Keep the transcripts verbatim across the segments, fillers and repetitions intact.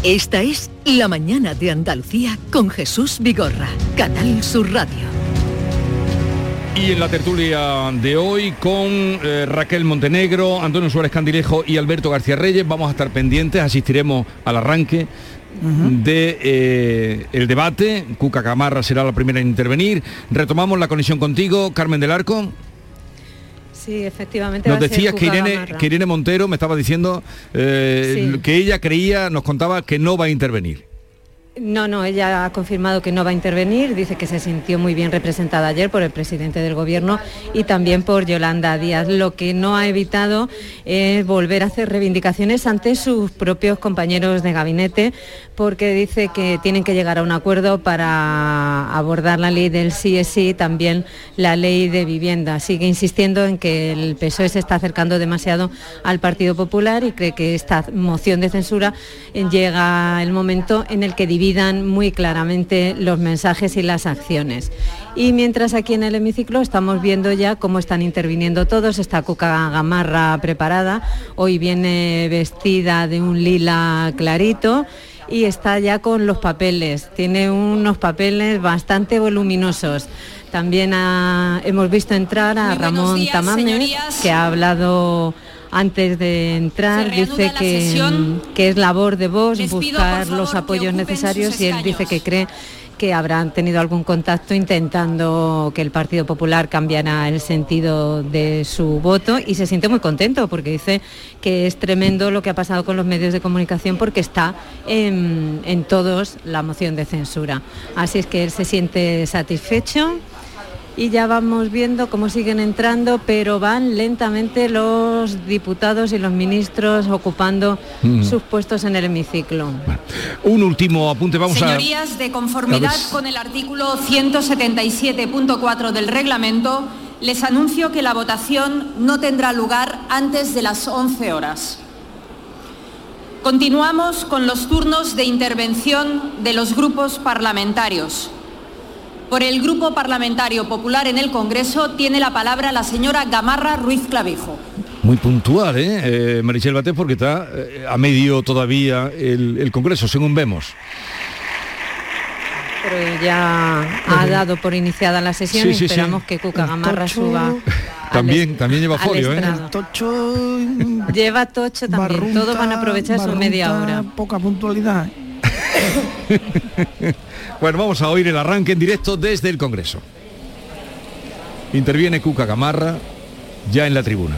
Esta es La Mañana de Andalucía con Jesús Vigorra, Canal Sur Radio. Y en la tertulia de hoy con eh, Raquel Montenegro, Antonio Suárez Candilejo y Alberto García Reyes vamos a estar pendientes, asistiremos al arranque uh-huh. de eh, el debate. Cuca Gamarra será la primera en intervenir. Retomamos la conexión contigo, Carmen del Arco. Sí, efectivamente. Nos decías que Irene, que Irene Montero me estaba diciendo eh, sí. que ella creía, nos contaba que no va a intervenir. No, no, ella ha confirmado que no va a intervenir, dice que se sintió muy bien representada ayer por el presidente del Gobierno y también por Yolanda Díaz. Lo que no ha evitado es volver a hacer reivindicaciones ante sus propios compañeros de gabinete, porque dice que tienen que llegar a un acuerdo para abordar la ley del sí es sí, también la ley de vivienda. Sigue insistiendo en que el P S O E se está acercando demasiado al Partido Popular y cree que esta moción de censura llega el momento en el que divide dividan muy claramente los mensajes y las acciones. Y mientras aquí en el hemiciclo estamos viendo ya cómo están interviniendo todos. Está Cuca Gamarra preparada, hoy viene vestida de un lila clarito y está ya con los papeles, tiene unos papeles bastante voluminosos. También ha, hemos visto entrar a Ramón días, Tamames, señorías. Que ha hablado antes de entrar, dice que, que es labor de Vox buscar favor, los apoyos necesarios y él dice que cree que habrán tenido algún contacto intentando que el Partido Popular cambiara el sentido de su voto y se siente muy contento porque dice que es tremendo lo que ha pasado con los medios de comunicación porque está en, en todos la moción de censura. Así es que él se siente satisfecho. Y ya vamos viendo cómo siguen entrando, pero van lentamente los diputados y los ministros ocupando mm. sus puestos en el hemiciclo. Bueno, un último apunte, vamos Señorías, a... Señorías, de conformidad con el artículo ciento setenta y siete punto cuatro del reglamento, les anuncio que la votación no tendrá lugar antes de las once horas. Continuamos con los turnos de intervención de los grupos parlamentarios. Por el Grupo Parlamentario Popular en el Congreso tiene la palabra la señora Gamarra Ruiz Clavijo. Muy puntual, ¿eh? eh Meritxell Batet, porque está eh, a medio todavía el, el Congreso, según vemos. Pero ya ha dado por iniciada la sesión sí, y sí, esperamos sí. que Cuca Gamarra suba. También, al, también lleva folio, ¿eh? Tocho, lleva tocho también, barrunta, todos van a aprovechar barrunta, su media hora. Poca puntualidad. Bueno, vamos a oír el arranque en directo desde el Congreso. Interviene Cuca Gamarra ya en la tribuna.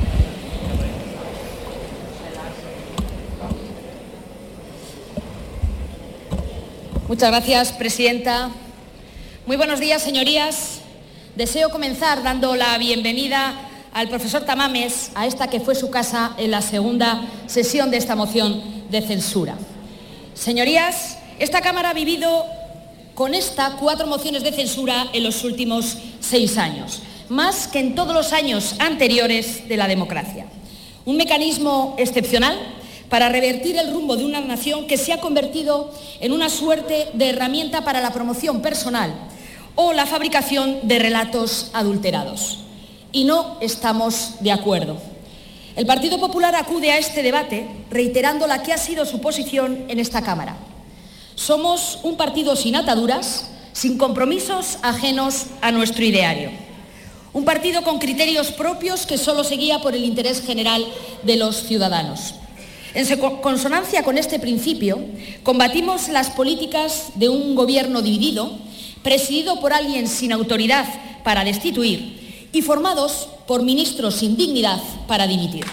Muchas gracias, presidenta. Muy buenos días, señorías. Deseo comenzar dando la bienvenida al profesor Tamames a esta que fue su casa en la segunda sesión de esta moción de censura. Señorías, esta Cámara ha vivido con esta cuatro mociones de censura en los últimos seis años, más que en todos los años anteriores de la democracia. Un mecanismo excepcional para revertir el rumbo de una nación que se ha convertido en una suerte de herramienta para la promoción personal o la fabricación de relatos adulterados. Y no estamos de acuerdo. El Partido Popular acude a este debate reiterando la que ha sido su posición en esta Cámara. Somos un partido sin ataduras, sin compromisos ajenos a nuestro ideario. Un partido con criterios propios que solo se guía por el interés general de los ciudadanos. En consonancia con este principio, combatimos las políticas de un gobierno dividido, presidido por alguien sin autoridad para destituir y formados por ministros sin dignidad para dimitir.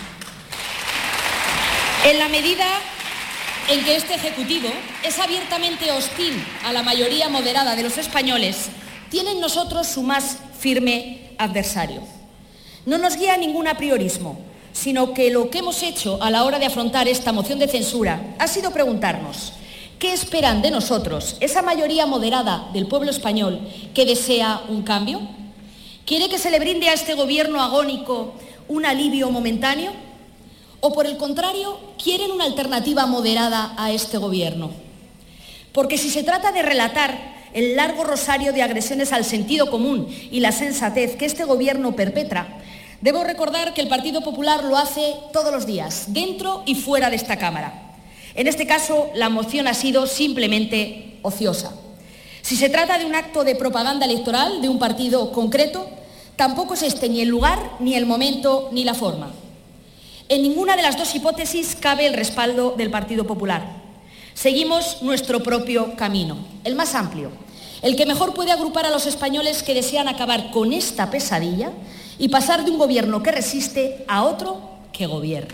En la medida en que este Ejecutivo es abiertamente hostil a la mayoría moderada de los españoles, tiene en nosotros su más firme adversario. No nos guía ningún apriorismo, sino que lo que hemos hecho a la hora de afrontar esta moción de censura ha sido preguntarnos ¿qué esperan de nosotros esa mayoría moderada del pueblo español que desea un cambio? ¿Quiere que se le brinde a este gobierno agónico un alivio momentáneo? ¿O por el contrario, quieren una alternativa moderada a este gobierno? Porque si se trata de relatar el largo rosario de agresiones al sentido común y la sensatez que este gobierno perpetra, debo recordar que el Partido Popular lo hace todos los días, dentro y fuera de esta Cámara. En este caso, la moción ha sido simplemente ociosa. Si se trata de un acto de propaganda electoral de un partido concreto, tampoco es este ni el lugar, ni el momento, ni la forma. En ninguna de las dos hipótesis cabe el respaldo del Partido Popular. Seguimos nuestro propio camino, el más amplio, el que mejor puede agrupar a los españoles que desean acabar con esta pesadilla y pasar de un gobierno que resiste a otro que gobierne.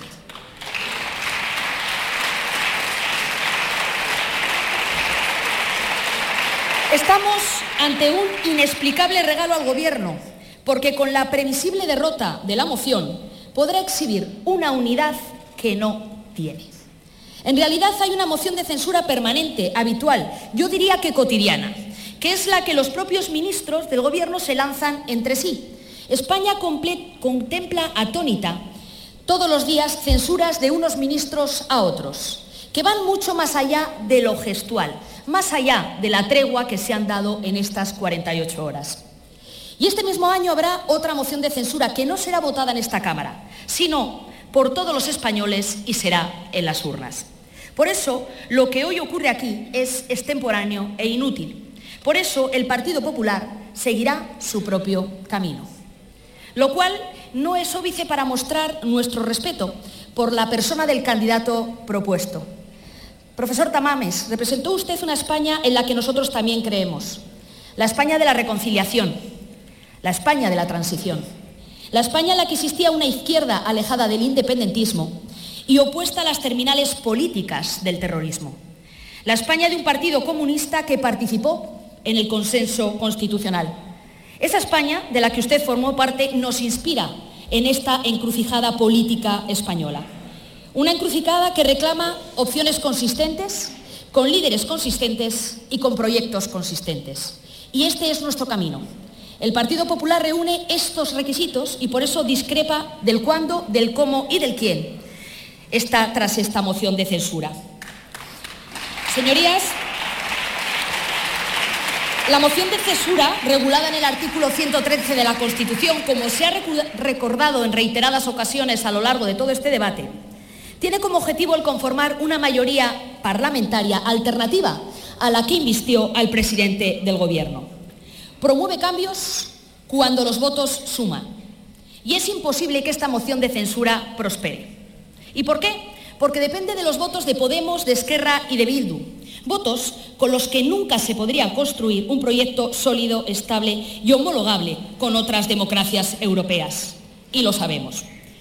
Estamos ante un inexplicable regalo al Gobierno, porque con la previsible derrota de la moción podrá exhibir una unidad que no tiene. En realidad hay una moción de censura permanente, habitual, yo diría que cotidiana, que es la que los propios ministros del Gobierno se lanzan entre sí. España contempla atónita todos los días censuras de unos ministros a otros, que van mucho más allá de lo gestual, más allá de la tregua que se han dado en estas cuarenta y ocho horas. Y este mismo año habrá otra moción de censura que no será votada en esta Cámara, sino por todos los españoles y será en las urnas. Por eso, lo que hoy ocurre aquí es extemporáneo e inútil. Por eso, el Partido Popular seguirá su propio camino. Lo cual no es óbice para mostrar nuestro respeto por la persona del candidato propuesto. Profesor Tamames, representó usted una España en la que nosotros también creemos. La España de la reconciliación, la España de la transición, la España en la que existía una izquierda alejada del independentismo y opuesta a las terminales políticas del terrorismo. La España de un partido comunista que participó en el consenso constitucional. Esa España de la que usted formó parte nos inspira en esta encrucijada política española. Una encrucijada que reclama opciones consistentes, con líderes consistentes y con proyectos consistentes. Y este es nuestro camino. El Partido Popular reúne estos requisitos y por eso discrepa del cuándo, del cómo y del quién está tras esta moción de censura. Señorías, la moción de censura, regulada en el artículo ciento trece de la Constitución, como se ha recordado en reiteradas ocasiones a lo largo de todo este debate, tiene como objetivo el conformar una mayoría parlamentaria alternativa a la que invistió al presidente del Gobierno. Promueve cambios cuando los votos suman. Y es imposible que esta moción de censura prospere. ¿Y por qué? Porque depende de los votos de Podemos, de Esquerra y de Bildu. Votos con los que nunca se podría construir un proyecto sólido, estable y homologable con otras democracias europeas. Y lo sabemos.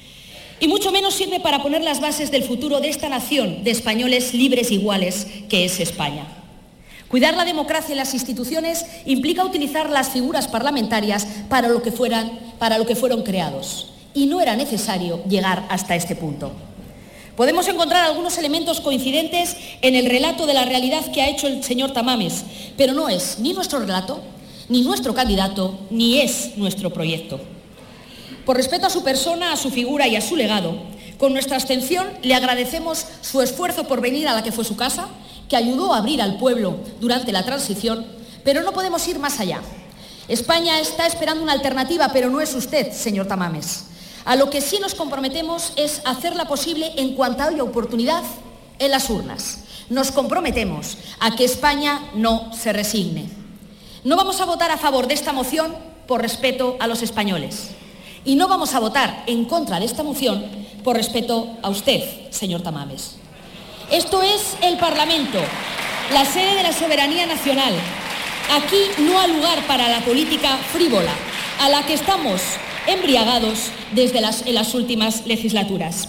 Y mucho menos sirve para poner las bases del futuro de esta nación de españoles libres e iguales que es España. Cuidar la democracia y las instituciones implica utilizar las figuras parlamentarias para lo que fueran, para lo que fueron creados. Y no era necesario llegar hasta este punto. Podemos encontrar algunos elementos coincidentes en el relato de la realidad que ha hecho el señor Tamames, pero no es ni nuestro relato, ni nuestro candidato, ni es nuestro proyecto. Por respeto a su persona, a su figura y a su legado, con nuestra abstención le agradecemos su esfuerzo por venir a la que fue su casa, que ayudó a abrir al pueblo durante la transición, pero no podemos ir más allá. España está esperando una alternativa, pero no es usted, señor Tamames. A lo que sí nos comprometemos es hacerla posible en cuanto haya oportunidad en las urnas. Nos comprometemos a que España no se resigne. No vamos a votar a favor de esta moción por respeto a los españoles. Y no vamos a votar en contra de esta moción por respeto a usted, señor Tamames. Esto es el Parlamento, la sede de la soberanía nacional. Aquí no hay lugar para la política frívola, a la que estamos embriagados desde las, en las últimas legislaturas.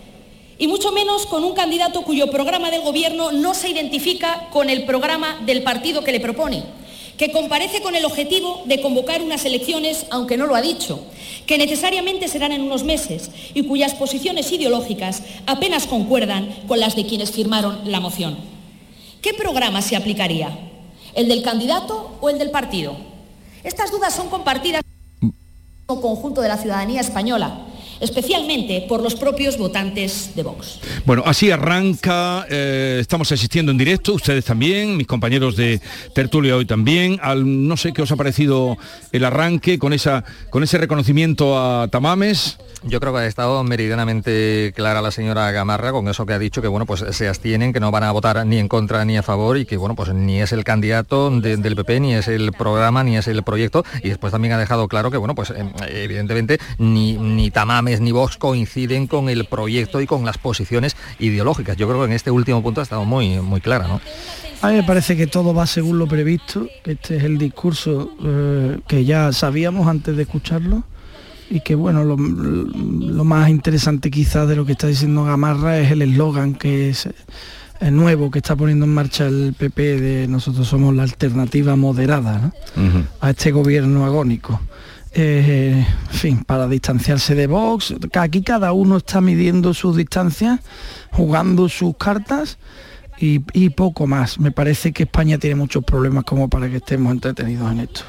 Y mucho menos con un candidato cuyo programa de gobierno no se identifica con el programa del partido que le propone, que comparece con el objetivo de convocar unas elecciones, aunque no lo ha dicho, que necesariamente serán en unos meses y cuyas posiciones ideológicas apenas concuerdan con las de quienes firmaron la moción. ¿Qué programa se aplicaría? ¿El del candidato o el del partido? Estas dudas son compartidas por el conjunto de la ciudadanía española. especialmente por los propios votantes de Vox. Bueno, así arranca, eh, estamos asistiendo en directo, ustedes también, mis compañeros de tertulia hoy también, al, no sé qué os ha parecido el arranque con, esa, con ese reconocimiento a Tamames. Yo creo que ha estado meridianamente clara la señora Gamarra con eso que ha dicho, que bueno, pues se abstienen, que no van a votar ni en contra ni a favor y que bueno, pues ni es el candidato de, del P P, ni es el programa, ni es el proyecto, y después también ha dejado claro que bueno, pues evidentemente ni, ni Tamames ni Vox coinciden con el proyecto y con las posiciones ideológicas. Yo creo que en este último punto ha estado muy, muy clara, ¿no? A mí me parece que todo va según lo previsto, que este es el discurso eh, que ya sabíamos antes de escucharlo, y que bueno, lo, lo más interesante quizás de lo que está diciendo Gamarra es el eslogan que es el nuevo que está poniendo en marcha el P P de nosotros somos la alternativa moderada, ¿no? Uh-huh. A este gobierno agónico. Eh, en fin, para distanciarse de Vox, aquí cada uno está midiendo sus distancias, jugando sus cartas y, y poco más. Me parece que España tiene muchos problemas como para que estemos entretenidos en esto.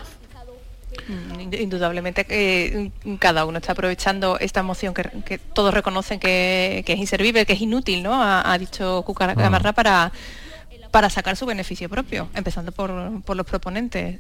Indudablemente que eh, cada uno está aprovechando esta moción que, que todos reconocen que, que es inservible, que es inútil, ¿no? Ha, ha dicho Cuca Gamarra ah. para, para sacar su beneficio propio, empezando por, por los proponentes.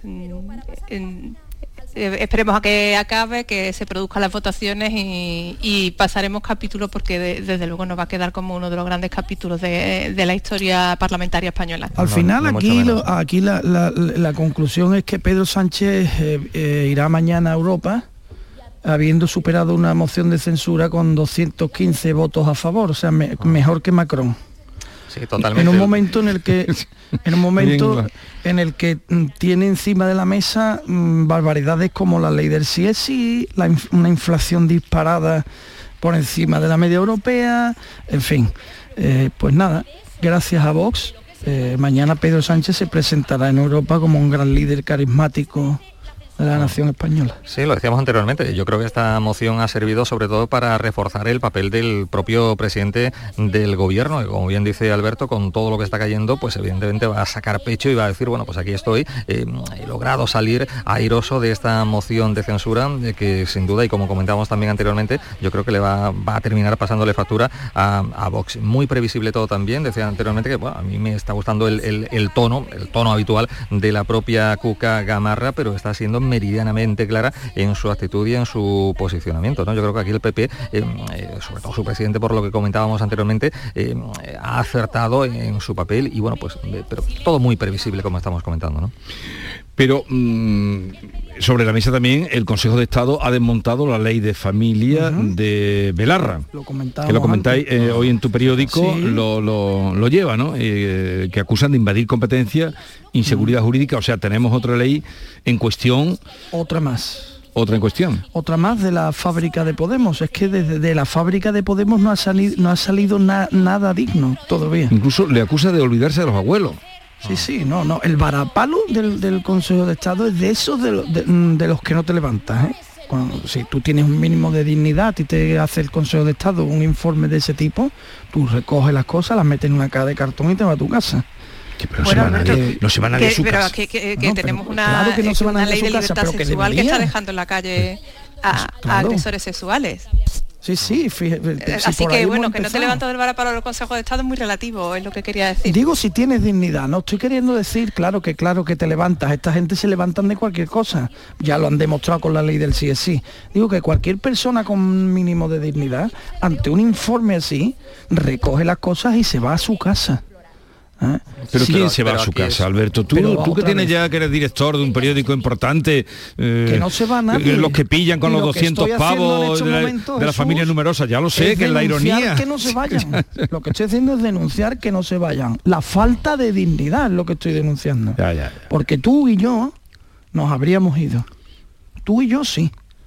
En, eh, esperemos a que acabe, que se produzcan las votaciones y, y pasaremos capítulos porque de, desde luego nos va a quedar como uno de los grandes capítulos de, de la historia parlamentaria española. Al final no, no aquí, lo, aquí la, la, la conclusión es que Pedro Sánchez eh, eh, irá mañana a Europa habiendo superado una moción de censura con doscientos quince votos a favor, o sea, me, mejor que Macron. Sí, totalmente. En un momento en el que en un momento en el que tiene encima de la mesa mmm, barbaridades como la ley del sí es sí, la inf una inflación disparada por encima de la media europea, en fin, eh, pues nada, gracias a Vox, eh, mañana Pedro Sánchez se presentará en Europa como un gran líder carismático de la nación española. Sí, lo decíamos anteriormente, yo creo que esta moción ha servido sobre todo para reforzar el papel del propio presidente del gobierno, que como bien dice Alberto, con todo lo que está cayendo, pues evidentemente va a sacar pecho y va a decir, bueno, pues aquí estoy, eh, he logrado salir airoso de esta moción de censura, de que sin duda, y como comentábamos también anteriormente, yo creo que le va, va a terminar pasándole factura a, a Vox. Muy previsible todo también, decía anteriormente que bueno, a mí me está gustando el, el, el tono, el tono habitual de la propia Cuca Gamarra, pero está siendo meridianamente clara en su actitud y en su posicionamiento, ¿no? Yo creo que aquí el P P, eh, sobre todo su presidente, por lo que comentábamos anteriormente, eh, ha acertado en su papel y bueno, pues eh, pero todo muy previsible como estamos comentando, ¿no? Pero mmm, sobre la mesa también el Consejo de Estado ha desmontado la ley de familia uh-huh. de Belarra, lo que lo comentáis eh, hoy en tu periódico, sí. lo, lo, lo lleva, ¿no? Eh, que acusan de invadir competencias, inseguridad uh-huh. jurídica, o sea, tenemos otra ley en cuestión. Otra más. Otra en cuestión. Otra más de la fábrica de Podemos. Es que desde de la fábrica de Podemos no ha salido, no ha salido na, nada digno todavía. Incluso le acusa de olvidarse de los abuelos. Sí, sí, no, no. El varapalo del, del Consejo de Estado es de esos de, lo, de, de los que no te levantas, ¿eh? Cuando, si tú tienes un mínimo de dignidad y te hace el Consejo de Estado un informe de ese tipo, tú recoges las cosas, las metes en una caja de cartón y te vas a tu casa. Que, pero bueno, se van a nadie, no se van a ir a su pero casa. Que, que, que no, tenemos pero, una, claro que no se van una a ley de libertad casa, sexual que está dejando en la calle a, claro. a agresores sexuales. Sí, sí, fíjate, Así si que bueno, que no te levantas del vara para el Consejo de Estado es muy relativo, es lo que quería decir. Digo, si tienes dignidad, no estoy queriendo decir, claro que claro que te levantas, esta gente se levantan de cualquier cosa, ya lo han demostrado con la ley del sí es sí. Digo que cualquier persona con un mínimo de dignidad, ante un informe así, recoge las cosas y se va a su casa. ¿Eh? Pero sí, ¿quién pero, se va a su casa, es... Alberto? Tú, tú que tienes vez. ya, que eres director de un periódico importante, eh, que no se va nadie. Los que pillan con y los doscientos pavos de, momento, de la familia numerosa, ya lo sé, que es la ironía. Que no se vayan. Lo que estoy haciendo es denunciar que no se vayan. La falta de dignidad es lo que estoy denunciando. Ya, ya, ya. Porque tú y yo nos habríamos ido. Tú y yo sí.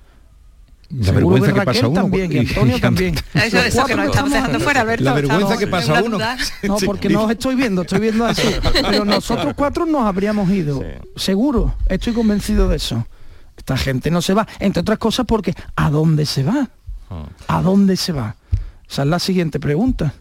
La Seguro vergüenza que, que pasa uno también, y Antonio también. Eso, eso que nos estamos dejando fuera, Alberto. La vergüenza que pasa uno. No, porque no os estoy viendo, estoy viendo así. Pero nosotros cuatro nos habríamos ido. Sí. Seguro, estoy convencido de eso. Esta gente no se va, entre otras cosas porque ¿a dónde se va? ¿A dónde se va? Esa es la siguiente pregunta.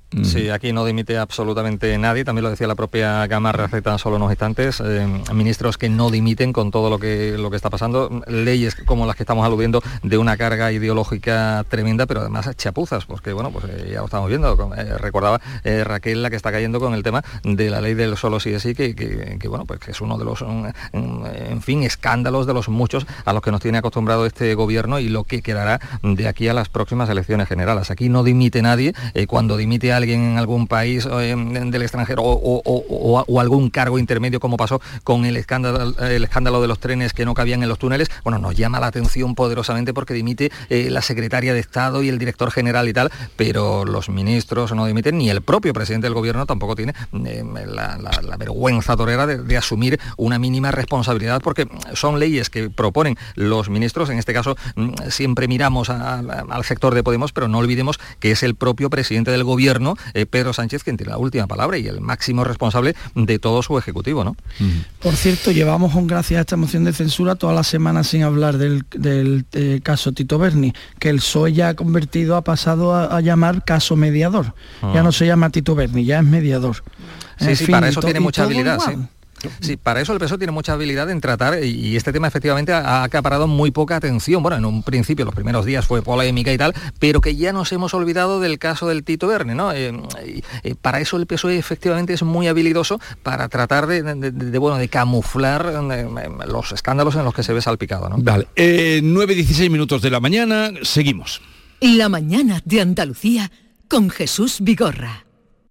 Sí, aquí no dimite absolutamente nadie, también lo decía la propia Gamarra hace tan solo unos instantes, eh, ministros que no dimiten con todo lo que, lo que está pasando, leyes como las que estamos aludiendo de una carga ideológica tremenda, pero además chapuzas, porque bueno, pues eh, ya lo estamos viendo, eh, recordaba eh, Raquel la que está cayendo con el tema de la ley del solo sí es sí, que, que, que bueno, pues que es uno de los, en, en fin, escándalos de los muchos a los que nos tiene acostumbrado este gobierno y lo que quedará de aquí a las próximas elecciones generales. Aquí no dimite nadie, eh, cuando dimite a alguien en algún país eh, del extranjero o, o, o, o algún cargo intermedio, como pasó con el escándalo, el escándalo de los trenes que no cabían en los túneles, bueno, nos llama la atención poderosamente porque dimite eh, la secretaria de Estado y el director general y tal, pero los ministros no dimiten, ni el propio presidente del gobierno tampoco tiene eh, la, la, la vergüenza torera de, de asumir una mínima responsabilidad, porque son leyes que proponen los ministros. En este caso siempre miramos a, a, al sector de Podemos, pero no olvidemos que es el propio presidente del gobierno, eh, Pedro Sánchez, quien tiene la última palabra y el máximo responsable de todo su ejecutivo, ¿no? Por cierto, llevamos, gracias a esta moción de censura, toda la semana sin hablar del, del eh, caso Tito Berni, que el P S O E ya ha convertido, ha pasado a, a llamar caso mediador. Ah. Ya no se llama Tito Berni, ya es mediador. Sí, en sí, fin, para eso tiene mucha habilidad, igual. sí. Sí, para eso el P S O E tiene mucha habilidad en tratar, y este tema efectivamente ha acaparado muy poca atención. Bueno, en un principio, los primeros días fue polémica y tal, pero que ya nos hemos olvidado del caso del Tito Berni, ¿no? Eh, eh, para eso el P S O E efectivamente es muy habilidoso para tratar de, de, de, de bueno, de camuflar eh, los escándalos en los que se ve salpicado, ¿no? Vale, eh, nueve dieciséis minutos de la mañana, seguimos. La mañana de Andalucía con Jesús Vigorra.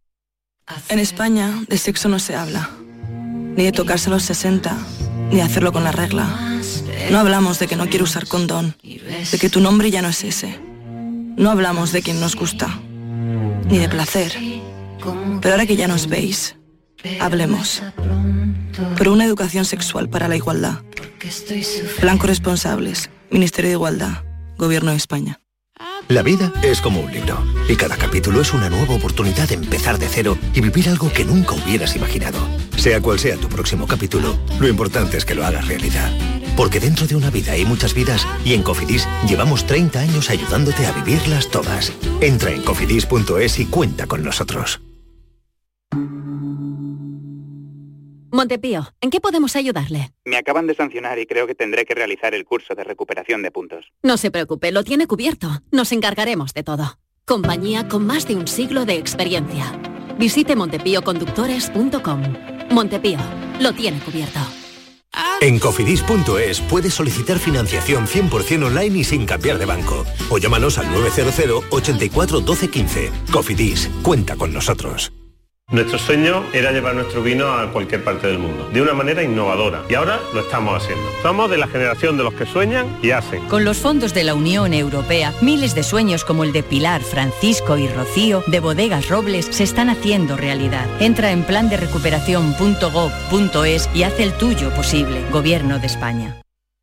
En España de sexo no se habla. Ni de tocarse a los sesenta, ni de hacerlo con la regla. No hablamos de que no quiero usar condón, de que tu nombre ya no es ese. No hablamos de quien nos gusta, ni de placer. Pero ahora que ya nos veis, hablemos. Por una educación sexual para la igualdad. Plan Corresponsables, Ministerio de Igualdad, Gobierno de España. La vida es como un libro, y cada capítulo es una nueva oportunidad de empezar de cero y vivir algo que nunca hubieras imaginado. Sea cual sea tu próximo capítulo, lo importante es que lo hagas realidad. Porque dentro de una vida hay muchas vidas, y en Cofidis llevamos treinta años ayudándote a vivirlas todas. Entra en cofidis punto es y cuenta con nosotros. Montepío, ¿en qué podemos ayudarle? Me acaban de sancionar y creo que tendré que realizar el curso de recuperación de puntos. No se preocupe, lo tiene cubierto. Nos encargaremos de todo. Compañía con más de un siglo de experiencia. Visite montepío conductores punto com. Montepío, lo tiene cubierto. En cofidis punto es puedes solicitar financiación cien por ciento online y sin cambiar de banco. O llámanos al nueve cero cero, ochenta y cuatro, doce, quince. Cofidis, cuenta con nosotros. Nuestro sueño era llevar nuestro vino a cualquier parte del mundo, de una manera innovadora, y ahora lo estamos haciendo. Somos de la generación de los que sueñan y hacen. Con los fondos de la Unión Europea, miles de sueños como el de Pilar, Francisco y Rocío, de Bodegas Robles, se están haciendo realidad. Entra en plan de recuperación punto gob punto es y haz el tuyo posible. Gobierno de España.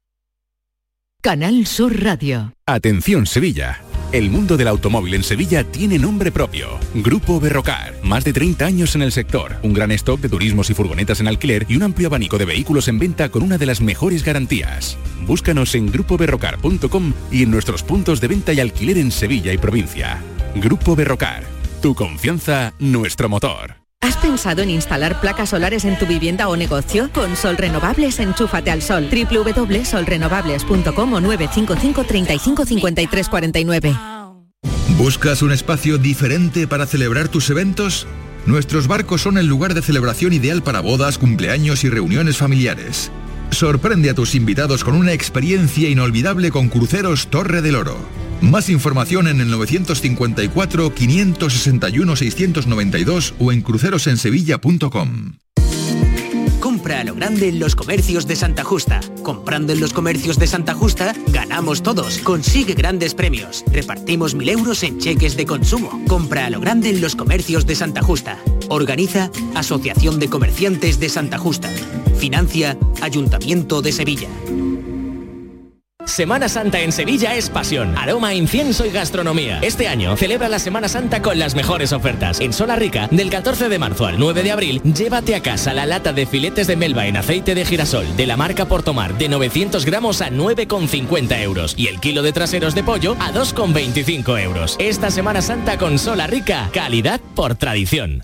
Canal Sur Radio. Atención Sevilla. El mundo del automóvil en Sevilla tiene nombre propio. Grupo Berrocar. Más de treinta años en el sector. Un gran stock de turismos y furgonetas en alquiler y un amplio abanico de vehículos en venta con una de las mejores garantías. Búscanos en grupo berrocar punto com y en nuestros puntos de venta y alquiler en Sevilla y provincia. Grupo Berrocar. Tu confianza, nuestro motor. ¿Has pensado en instalar placas solares en tu vivienda o negocio? Con Sol Renovables, enchúfate al sol. doble u doble u doble u punto sol renovables punto com o nueve cinco cinco, treinta y cinco, cincuenta y tres, cuarenta y nueve. ¿Buscas un espacio diferente para celebrar tus eventos? Nuestros barcos son el lugar de celebración ideal para bodas, cumpleaños y reuniones familiares. Sorprende a tus invitados con una experiencia inolvidable con Cruceros Torre del Oro. Más información en el novecientos cincuenta y cuatro, quinientos sesenta y uno, seiscientos noventa y dos o en crucerosensevilla punto com. Compra a lo grande en los comercios de Santa Justa. Comprando en los comercios de Santa Justa, ganamos todos. Consigue grandes premios. Repartimos mil euros en cheques de consumo. Compra a lo grande en los comercios de Santa Justa. Organiza Asociación de Comerciantes de Santa Justa. Financia Ayuntamiento de Sevilla. Semana Santa en Sevilla es pasión, aroma, incienso y gastronomía. Este año celebra la Semana Santa con las mejores ofertas. En Sola Rica, del catorce de marzo al nueve de abril, llévate a casa la lata de filetes de melva en aceite de girasol de la marca Portomar de novecientos gramos a nueve con cincuenta euros y el kilo de traseros de pollo a dos con veinticinco euros. Esta Semana Santa con Sola Rica, calidad por tradición.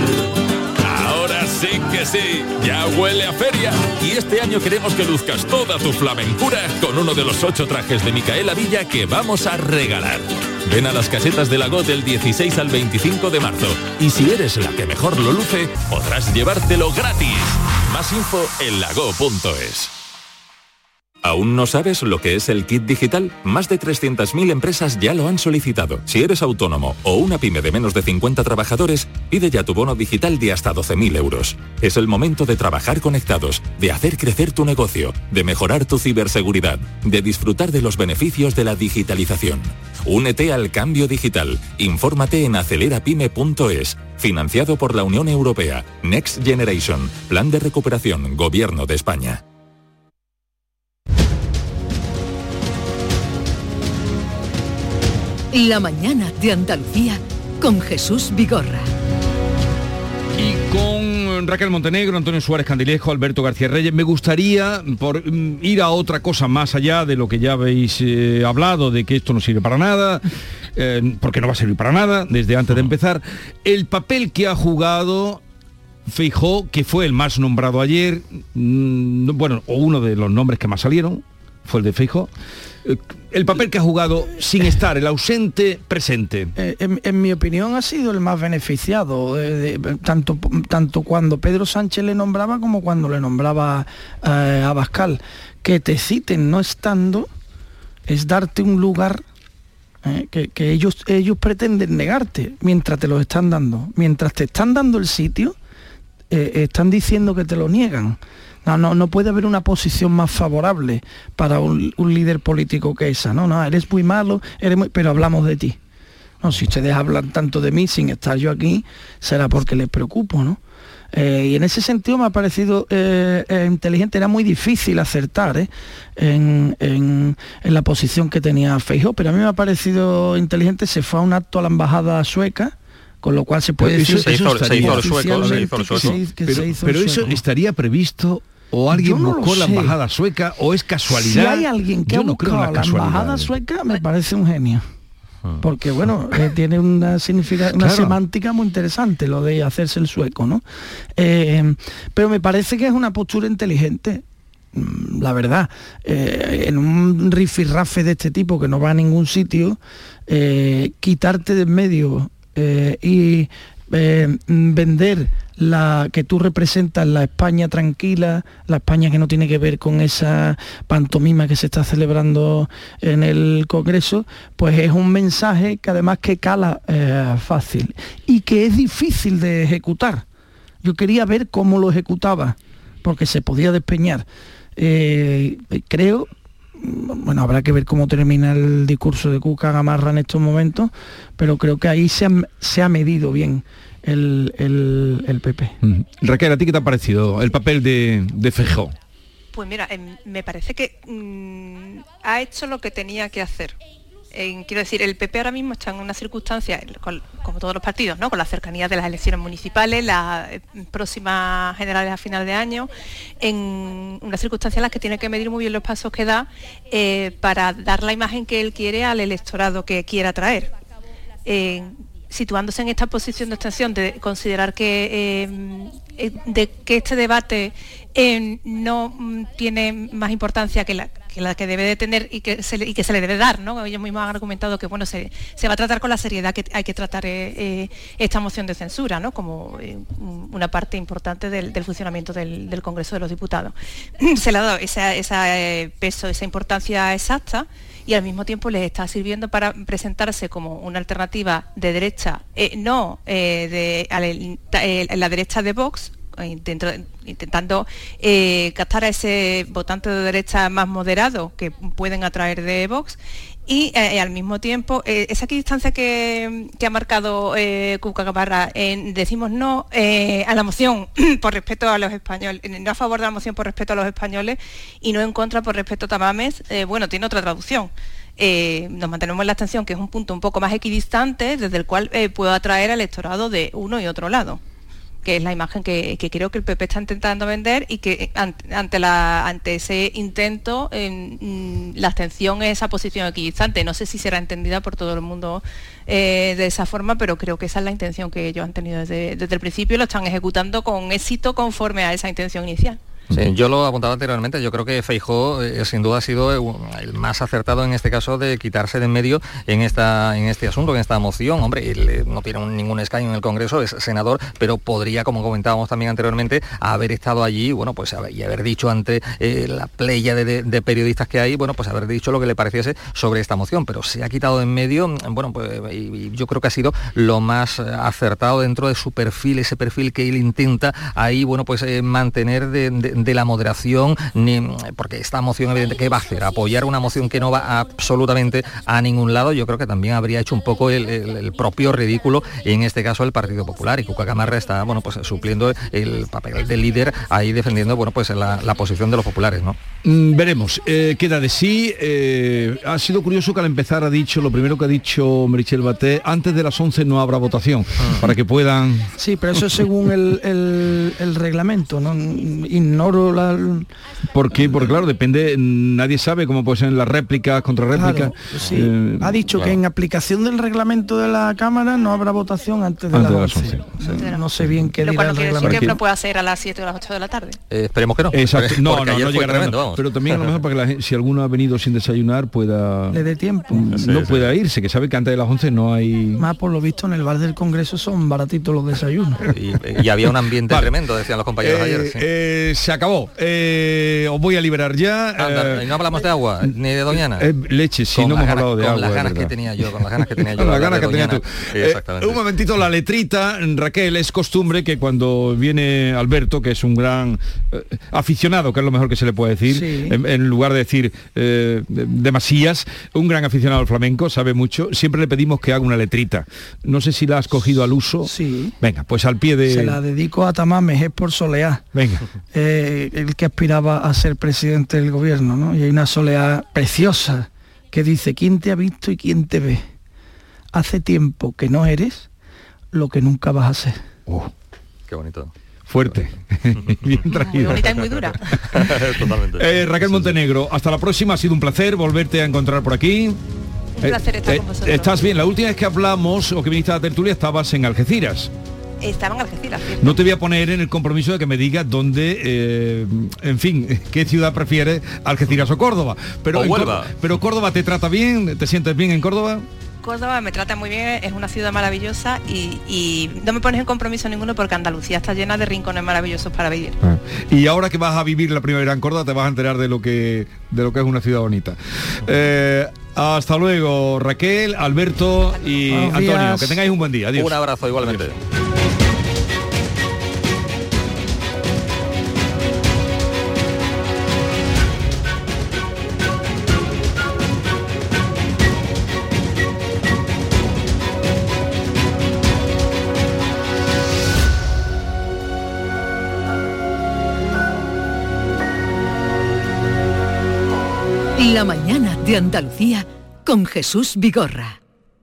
Sí que sí, ya huele a feria. Y este año queremos que luzcas toda tu flamencura con uno de los ocho trajes de Micaela Villa que vamos a regalar. Ven a las casetas de Lago del dieciséis al veinticinco de marzo. Y si eres la que mejor lo luce, podrás llevártelo gratis. Más info en lago punto es. ¿Aún no sabes lo que es el kit digital? Más de trescientas mil empresas ya lo han solicitado. Si eres autónomo o una pyme de menos de cincuenta trabajadores, pide ya tu bono digital de hasta doce mil euros. Es el momento de trabajar conectados, de hacer crecer tu negocio, de mejorar tu ciberseguridad, de disfrutar de los beneficios de la digitalización. Únete al cambio digital. Infórmate en acelerapyme punto es. Financiado por la Unión Europea. Next Generation. Plan de recuperación. Gobierno de España. La mañana de Andalucía con Jesús Vigorra. Y con Raquel Montenegro, Antonio Suárez Candilejo, Alberto García Reyes. Me gustaría por ir a otra cosa más allá de lo que ya habéis eh, hablado, de que esto no sirve para nada, eh, porque no va a servir para nada, desde antes de empezar. El papel que ha jugado Feijóo, que fue el más nombrado ayer, mmm, bueno, o uno de los nombres que más salieron, fue el de Feijóo. El papel que ha jugado sin estar, el ausente presente. Eh, en, en mi opinión ha sido el más beneficiado, eh, de, tanto, tanto cuando Pedro Sánchez le nombraba como cuando le nombraba eh, a Abascal. Que te citen no estando es darte un lugar eh, que, que ellos, ellos pretenden negarte mientras te lo están dando. Mientras te están dando el sitio, eh, están diciendo que te lo niegan. No, no, no puede haber una posición más favorable para un, un líder político que esa. No, no, eres muy malo, eres muy... pero hablamos de ti. No, si ustedes hablan tanto de mí sin estar yo aquí, será porque les preocupo, ¿no? Eh, y en ese sentido me ha parecido eh, eh, inteligente. Era muy difícil acertar ¿eh? en, en, en la posición que tenía Feijóo, pero a mí me ha parecido inteligente. Se fue a un acto a la embajada sueca, con lo cual se puede decir... Se hizo, se hizo el sueco, se hizo el sueco. Que se, que pero se hizo pero el eso sueco. estaría previsto... ¿O alguien no buscó la sé. embajada sueca o es casualidad? Si hay alguien que Yo ha no creo en buscado la la embajada casualidad. sueca, me parece un genio. Porque bueno, eh, tiene una significa, una Claro. semántica muy interesante lo de hacerse el sueco, ¿no? Eh, pero me parece que es una postura inteligente. Mm, La verdad, eh, en un rifirrafe de este tipo que no va a ningún sitio, eh, quitarte de en medio eh, y eh, vender la que tú representas, la España tranquila, la España que no tiene que ver con esa pantomima que se está celebrando en el Congreso, pues es un mensaje que además que cala eh, fácil y que es difícil de ejecutar. Yo quería ver cómo lo ejecutaba, porque se podía despeñar. Eh, creo, bueno, habrá que ver cómo termina el discurso de Cuca Gamarra en estos momentos, pero creo que ahí se ha, se ha medido bien el, el, el P P. Mm. Raquel, ¿a ti qué te ha parecido el papel de, de Feijóo? Pues mira, eh, me parece que mmm, ha hecho lo que tenía que hacer. Eh, quiero decir, el P P ahora mismo está en una circunstancia, con, como todos los partidos, ¿no? Con la cercanía de las elecciones municipales, las eh, próximas generales a final de año, en una circunstancia en la que tiene que medir muy bien los pasos que da eh, para dar la imagen que él quiere al electorado que quiera traer. Eh, situándose en esta posición de extensión, de considerar que, eh, de que este debate eh, no mm, tiene más importancia que la, que la que debe de tener y que se le, y que se le debe dar, ¿no? Ellos mismos han argumentado que bueno, se, se va a tratar con la seriedad que hay que tratar eh, eh, esta moción de censura, ¿no? Como eh, una parte importante del, del funcionamiento del, del Congreso de los Diputados. Se le ha dado ese esa, eh, peso, esa importancia exacta, y al mismo tiempo les está sirviendo para presentarse como una alternativa de derecha, eh, no eh, de a la, eh, la derecha de Vox, dentro, intentando eh, captar a ese votante de derecha más moderado que pueden atraer de Vox. Y eh, al mismo tiempo, eh, esa equidistancia que, que ha marcado eh, Cuca Gamarra, eh, decimos no eh, a la moción por respeto a los españoles, no a favor de la moción por respeto a los españoles y no en contra por respeto a Tamames, eh, bueno, tiene otra traducción. Eh, nos mantenemos en la abstención, que es un punto un poco más equidistante, desde el cual eh, puedo atraer al electorado de uno y otro lado, que es la imagen que, que creo que el P P está intentando vender y que ante, ante, la, ante ese intento eh, la abstención es esa posición equidistante. No sé si será entendida por todo el mundo eh, de esa forma, pero creo que esa es la intención que ellos han tenido desde, desde el principio y lo están ejecutando con éxito conforme a esa intención inicial. Sí, yo lo apuntaba anteriormente, yo creo que Feijóo eh, sin duda ha sido el más acertado en este caso de quitarse de en medio en esta en este asunto, en esta moción. Hombre, él no tiene un, ningún escaño en el Congreso, es senador, pero podría, como comentábamos también anteriormente, haber estado allí, bueno, pues y haber dicho ante eh, la playa de, de, de periodistas que hay, bueno, pues haber dicho lo que le pareciese sobre esta moción, pero se ha quitado de en medio, bueno, pues y, y yo creo que ha sido lo más acertado dentro de su perfil, ese perfil que él intenta ahí, bueno, pues eh, mantener de, de de la moderación, ni, porque esta moción evidente que va a hacer, apoyar una moción que no va absolutamente a ningún lado. Yo creo que también habría hecho un poco el, el, el propio ridículo en este caso el Partido Popular, y Cuca Gamarra está, bueno, pues supliendo el papel de líder ahí defendiendo, bueno, pues la, la posición de los populares, ¿no? Mm, veremos, eh, queda de sí. Eh, ha sido curioso que al empezar ha dicho, lo primero que ha dicho Meritxell Batet, antes de las once no habrá votación, ah. para que puedan... Sí, pero eso es según el, el, el reglamento, ¿no? Ignoro la... ¿Por qué? Porque claro, depende, nadie sabe cómo pueden ser las réplicas, contrarréplicas. Claro, sí. eh, ha dicho claro. que en aplicación del reglamento de la Cámara no habrá votación antes de, antes las, once. de las once. Sí. No sé bien qué Lo dirá cual no el quiere reglamento. decir que no pueda ser a las siete o las ocho de la tarde. Eh, esperemos que no. Exacto. No, porque no, no llegará tremendo, no. Pero también a lo mejor para que la gente, si alguno ha venido sin desayunar, pueda... Le dé tiempo. No sí, pueda sí. irse, que sabe que antes de las once no hay... Más por lo visto en el bar del Congreso son baratitos los desayunos. Y, y había un ambiente vale. tremendo, decían los compañeros eh, ayer. Sí. Eh, se acabó. Eh, os voy a liberar ya. Anda, eh, no hablamos de agua, ni de Doñana. Eh, leche, sí, con no hemos ganas, hablado de con agua. Con las ganas verdad. que tenía yo, con las ganas que tenía yo. Con las ganas que tenía tú. Eh, exactamente. un momentito, la letrita, Raquel, es costumbre que cuando viene Alberto, que es un gran eh, aficionado, que es lo mejor que se le puede decir, sí. en, en lugar de decir eh, demasías, un gran aficionado al flamenco, sabe mucho, siempre le pedimos que haga una letrita. No sé si la has cogido al uso. Sí. Venga, pues al pie de... Se la dedico a Tamames, es por soleá. Venga. Eh, el que aspiraba a ser presidente del gobierno, ¿no? Y hay una soleá preciosa que dice: ¿quién te ha visto y quién te ve? Hace tiempo que no eres lo que nunca vas a ser. Oh, qué bonito. Fuerte. Bien traído. Muy bonita y muy dura. Totalmente. Eh, Raquel Montenegro, hasta la próxima. Ha sido un placer volverte a encontrar por aquí. Un placer estar eh, con vosotros. Estás bien. La última vez que hablamos o que viniste a la tertulia estabas en Algeciras. Estaba en Algeciras, ¿cierto? No te voy a poner en el compromiso de que me digas dónde, eh, en fin, qué ciudad prefieres, Algeciras o Córdoba. Pero, o Huelva. Córdoba, pero Córdoba te trata bien, ¿te sientes bien en Córdoba? Córdoba me trata muy bien, es una ciudad maravillosa y, y no me pones en compromiso ninguno porque Andalucía está llena de rincones maravillosos para vivir. Ah. Y ahora que vas a vivir la primavera en Córdoba te vas a enterar de lo que de lo que es una ciudad bonita. Eh, hasta luego, Raquel, Alberto y Buenos Antonio. días. Que tengáis un buen día. Adiós. Un abrazo igualmente. La mañana de Andalucía con Jesús Vigorra.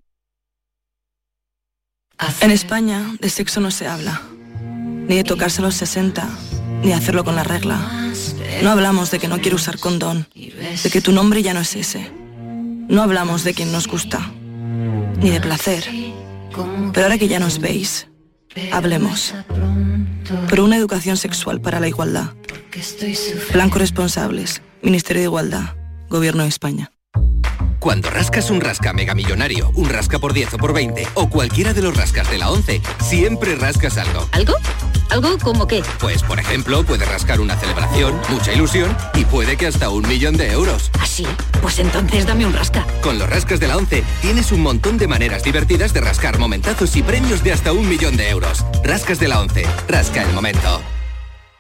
En España de sexo no se habla, ni de tocarse a los sesenta, ni de hacerlo con la regla. No hablamos de que no quiero usar condón, de que tu nombre ya no es ese. No hablamos de quien nos gusta, ni de placer. Pero ahora que ya nos veis, hablemos. Por una educación sexual para la igualdad. Plan Corresponsables, Ministerio de Igualdad, Gobierno de España. Cuando rascas un rasca megamillonario, un rasca por diez o por veinte, o cualquiera de los rascas de la once, siempre rascas algo. ¿Algo? ¿Algo como qué? Pues, por ejemplo, puedes rascar una celebración, mucha ilusión y puede que hasta un millón de euros. ¿Ah, sí? Pues entonces dame un rasca. Con los rascas de la once tienes un montón de maneras divertidas de rascar momentazos y premios de hasta un millón de euros. Rascas de la once, rasca el momento.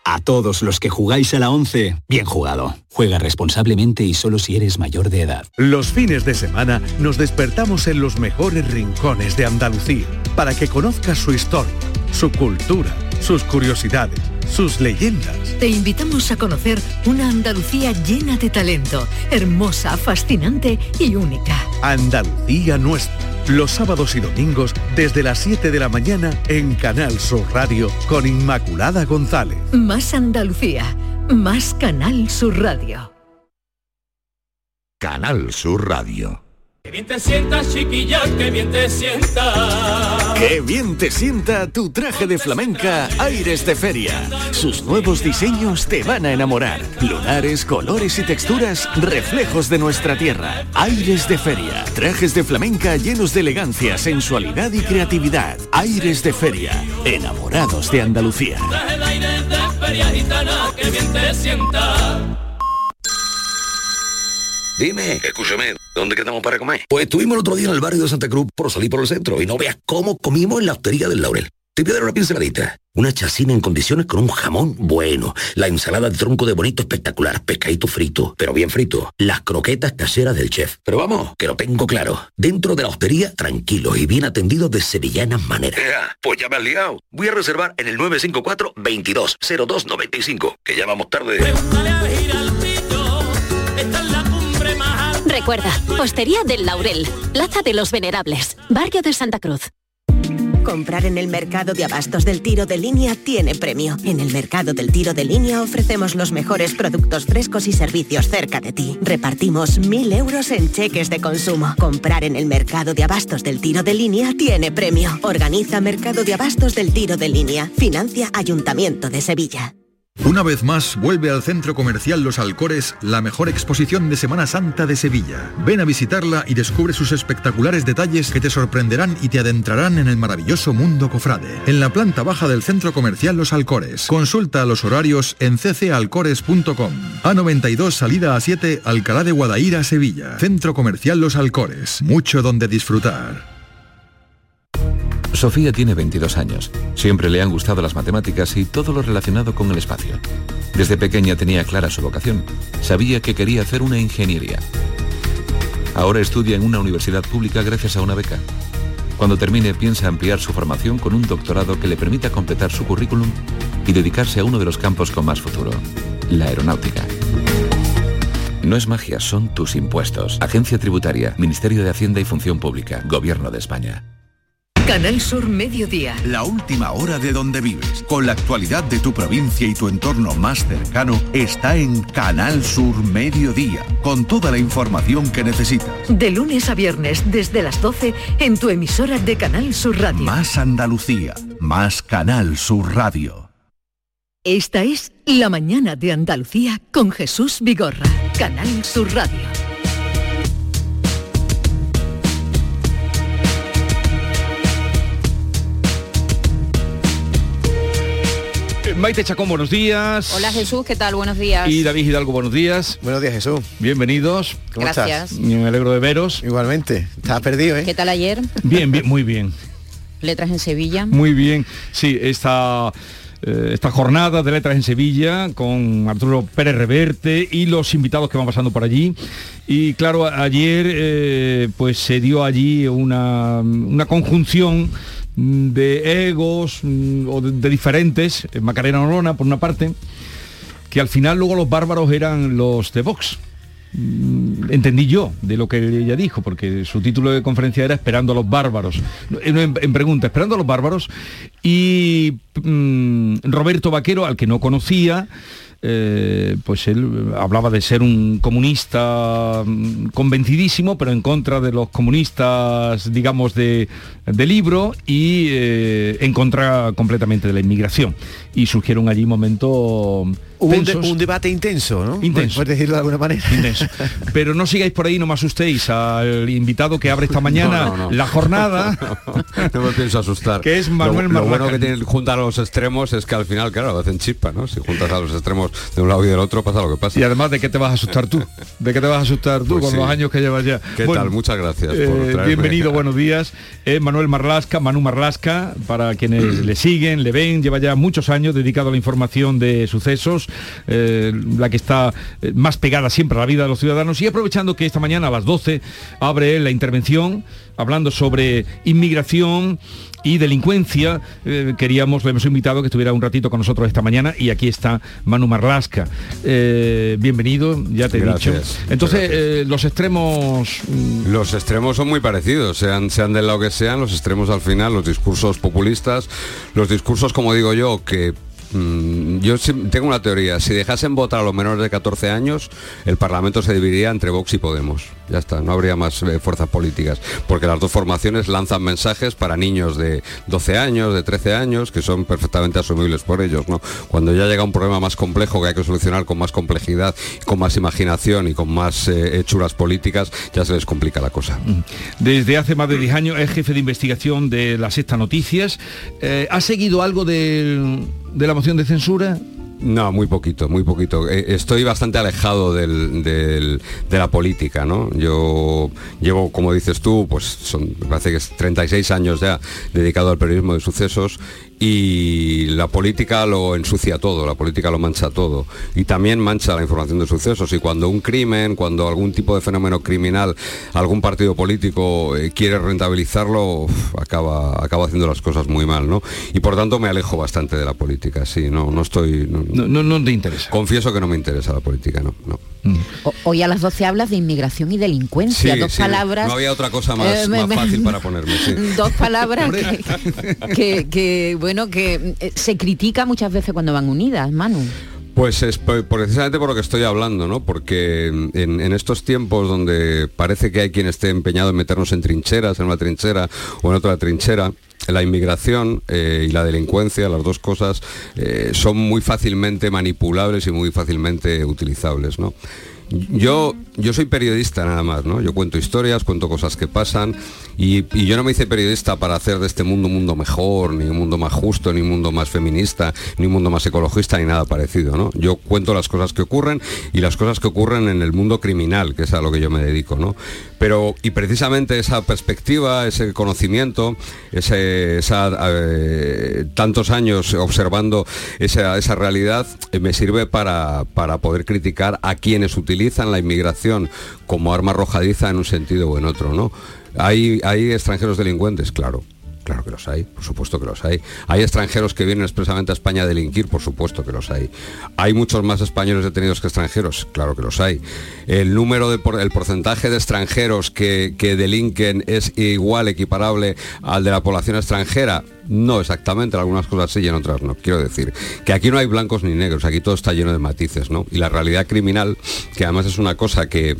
A todos los que jugáis a la once, bien jugado. Juega responsablemente y solo si eres mayor de edad. Los fines de semana nos despertamos en los mejores rincones de Andalucía para que conozcas su historia, su cultura, sus curiosidades, sus leyendas. Te invitamos a conocer una Andalucía llena de talento, hermosa, fascinante y única. Andalucía nuestra. Los sábados y domingos desde las siete de la mañana en Canal Sur Radio con Inmaculada González. Más Andalucía, más Canal Sur Radio. Canal Sur Radio. Qué bien te sientas, chiquilla, qué bien te sienta. Qué bien te sienta tu traje de flamenca Aires de Feria. Sus nuevos diseños te van a enamorar. Lunares, colores y texturas, reflejos de nuestra tierra. Aires de Feria. Trajes de flamenca llenos de elegancia, sensualidad y creatividad. Aires de Feria. Enamorados de Andalucía. Traje de aires de feria gitana, qué bien te sienta. Dime, escúchame, ¿dónde quedamos para comer? Pues estuvimos el otro día en el barrio de Santa Cruz por salir por el centro y no veas cómo comimos en la hostería del Laurel. Te voy a dar una pinceladita. Una chacina en condiciones con un jamón bueno. La ensalada de tronco de bonito espectacular. Pescadito frito, pero bien frito. Las croquetas caseras del chef. Pero vamos, que lo tengo claro. Dentro de la hostería, tranquilos y bien atendidos de sevillanas maneras. Ea, pues ya me has liado. Voy a reservar en el nueve cinco cuatro, veintidós, cero dos noventa y cinco, que ya vamos tarde. Recuerda, Hostería del Laurel, Plaza de los Venerables, Barrio de Santa Cruz. Comprar en el Mercado de Abastos del Tiro de Línea tiene premio. En el Mercado del Tiro de Línea ofrecemos los mejores productos frescos y servicios cerca de ti. Repartimos mil euros en cheques de consumo. Comprar en el Mercado de Abastos del Tiro de Línea tiene premio. Organiza Mercado de Abastos del Tiro de Línea. Financia Ayuntamiento de Sevilla. Una vez más vuelve al Centro Comercial Los Alcores la mejor exposición de Semana Santa de Sevilla. Ven a visitarla y descubre sus espectaculares detalles que te sorprenderán y te adentrarán en el maravilloso mundo cofrade. En la planta baja del Centro Comercial Los Alcores. Consulta los horarios en c c alcores punto com. A noventa y dos, salida A siete, Alcalá de Guadaíra, Sevilla. Centro Comercial Los Alcores. Mucho donde disfrutar. Sofía tiene veintidós años. Siempre le han gustado las matemáticas y todo lo relacionado con el espacio. Desde pequeña tenía clara su vocación. Sabía que quería hacer una ingeniería. Ahora estudia en una universidad pública gracias a una beca. Cuando termine piensa ampliar su formación con un doctorado que le permita completar su currículum y dedicarse a uno de los campos con más futuro, la aeronáutica. No es magia, son tus impuestos. Agencia Tributaria, Ministerio de Hacienda y Función Pública, Gobierno de España. Canal Sur Mediodía. La última hora de donde vives, con la actualidad de tu provincia y tu entorno más cercano, está en Canal Sur Mediodía, con toda la información que necesitas. De lunes a viernes, desde las doce, en tu emisora de Canal Sur Radio. Más Andalucía, más Canal Sur Radio. Esta es La Mañana de Andalucía con Jesús Vigorra. Canal Sur Radio. Maite Chacón, buenos días. Hola Jesús, ¿qué tal? Buenos días. Y David Hidalgo, buenos días. Buenos días, Jesús. Bienvenidos. ¿Cómo Gracias. estás? Me alegro de veros. Igualmente. Estabas perdido, ¿eh? ¿Qué tal ayer? Bien, bien, muy bien. Letras en Sevilla. Muy bien. Sí, esta, eh, esta jornada de Letras en Sevilla con Arturo Pérez Reverte y los invitados que van pasando por allí. Y claro, ayer eh, pues se dio allí una, una conjunción de egos o de, de diferentes, Macarena Olona por una parte, que al final luego los bárbaros eran los de Vox. Entendí yo de lo que ella dijo, porque su título de conferencia era Esperando a los bárbaros. En, en pregunta, Esperando a los bárbaros. Y mmm, Roberto Vaquero, al que no conocía, Eh, pues él hablaba de ser un comunista convencidísimo, pero en contra de los comunistas, digamos, de, de libro y eh, en contra completamente de la inmigración. Y surgieron allí momentos Hubo un, de, tensos. un debate intenso, ¿no? Intenso. Puedes decirlo de alguna manera. Intenso. Pero no sigáis por ahí, no me asustéis al invitado que abre esta mañana no, no, no. la jornada. No me pienso asustar. Que es Manuel Lo, lo Marlaska. bueno que tiene juntar a los extremos es que al final, claro, hacen chispa, ¿no? Si juntas a los extremos de un lado y del otro, pasa lo que pasa. Y además, ¿de qué te vas a asustar tú? ¿De qué te vas a asustar tú Pues con sí. los años que llevas ya? ¿Qué Bueno, tal? Muchas gracias por eh, traerme. bienvenido, buenos días. Eh, Manuel Marlaska, Manu Marlaska, para quienes le siguen, le ven, lleva ya muchos años dedicado a la información de sucesos, eh, la que está eh, más pegada siempre a la vida de los ciudadanos, y aprovechando que esta mañana a las doce abre la intervención hablando sobre inmigración y delincuencia, eh, queríamos, le hemos invitado que estuviera un ratito con nosotros esta mañana, y aquí está Manu Marlaska. Eh, bienvenido, ya te he Gracias. dicho. Entonces, eh, los extremos... mm, Los extremos son muy parecidos, sean, sean del lado que sean, los extremos al final, los discursos populistas, los discursos, como digo yo, que mm, yo sí- tengo una teoría: si dejasen votar a los menores de catorce años, el Parlamento se dividiría entre Vox y Podemos. Ya está, no habría más eh, fuerzas políticas, porque las dos formaciones lanzan mensajes para niños de doce años, de trece años, que son perfectamente asumibles por ellos, ¿no? Cuando ya llega un problema más complejo que hay que solucionar con más complejidad, con más imaginación y con más eh, hechuras políticas, ya se les complica la cosa. Desde hace más de diez años es jefe de investigación de La Sexta Noticias. Eh, ¿Ha seguido algo del- de la moción de censura? No, muy poquito, muy poquito. Eh, Estoy bastante alejado del, del- de la política, ¿no? Yo llevo, como dices tú, pues son, me parece que es treinta y seis años ya dedicado al periodismo de sucesos, y la política lo ensucia todo, la política lo mancha todo, y también mancha la información de sucesos. Y cuando un crimen, cuando algún tipo de fenómeno criminal, algún partido político eh, quiere rentabilizarlo, uf, acaba, acaba haciendo las cosas muy mal, ¿no? Y por tanto me alejo bastante de la política, sí, no, no estoy... No, No, no, no te interesa. Confieso que no me interesa la política, no. no. O- Hoy a las doce hablas de inmigración y delincuencia, Sí, dos sí, palabras... no había otra cosa más, Eh, más me- fácil para ponerme, sí. Dos palabras que, que- que, bueno, que eh, se critica muchas veces cuando van unidas, Manu. Pues es pe- precisamente por lo que estoy hablando, ¿no? Porque en, en estos tiempos donde parece que hay quien esté empeñado en meternos en trincheras, en una trinchera o en otra trinchera, la inmigración eh, y la delincuencia, las dos cosas, eh, son muy fácilmente manipulables y muy fácilmente utilizables, ¿no? Yo, yo soy periodista nada más, ¿no? Yo cuento historias, cuento cosas que pasan, y, y yo no me hice periodista para hacer de este mundo un mundo mejor, ni un mundo más justo, ni un mundo más feminista, ni un mundo más ecologista, ni nada parecido, ¿no? Yo cuento las cosas que ocurren, y las cosas que ocurren en el mundo criminal, que es a lo que yo me dedico, ¿no? Pero, y precisamente esa perspectiva, ese conocimiento, ese, esa, eh, tantos años observando esa, esa realidad, eh, me sirve para, para poder criticar a quienes utilizan la inmigración como arma arrojadiza en un sentido o en otro, ¿no? ¿Hay, hay extranjeros delincuentes? Claro. Claro que los hay, por supuesto que los hay. Hay extranjeros que vienen expresamente a España a delinquir, por supuesto que los hay. Hay muchos más españoles detenidos que extranjeros, claro que los hay. El número de por, el porcentaje de extranjeros que, que delinquen es igual, equiparable al de la población extranjera. No exactamente, en algunas cosas sí y en otras no. Quiero decir que aquí no hay blancos ni negros, aquí todo está lleno de matices, ¿no? Y la realidad criminal, que además es una cosa que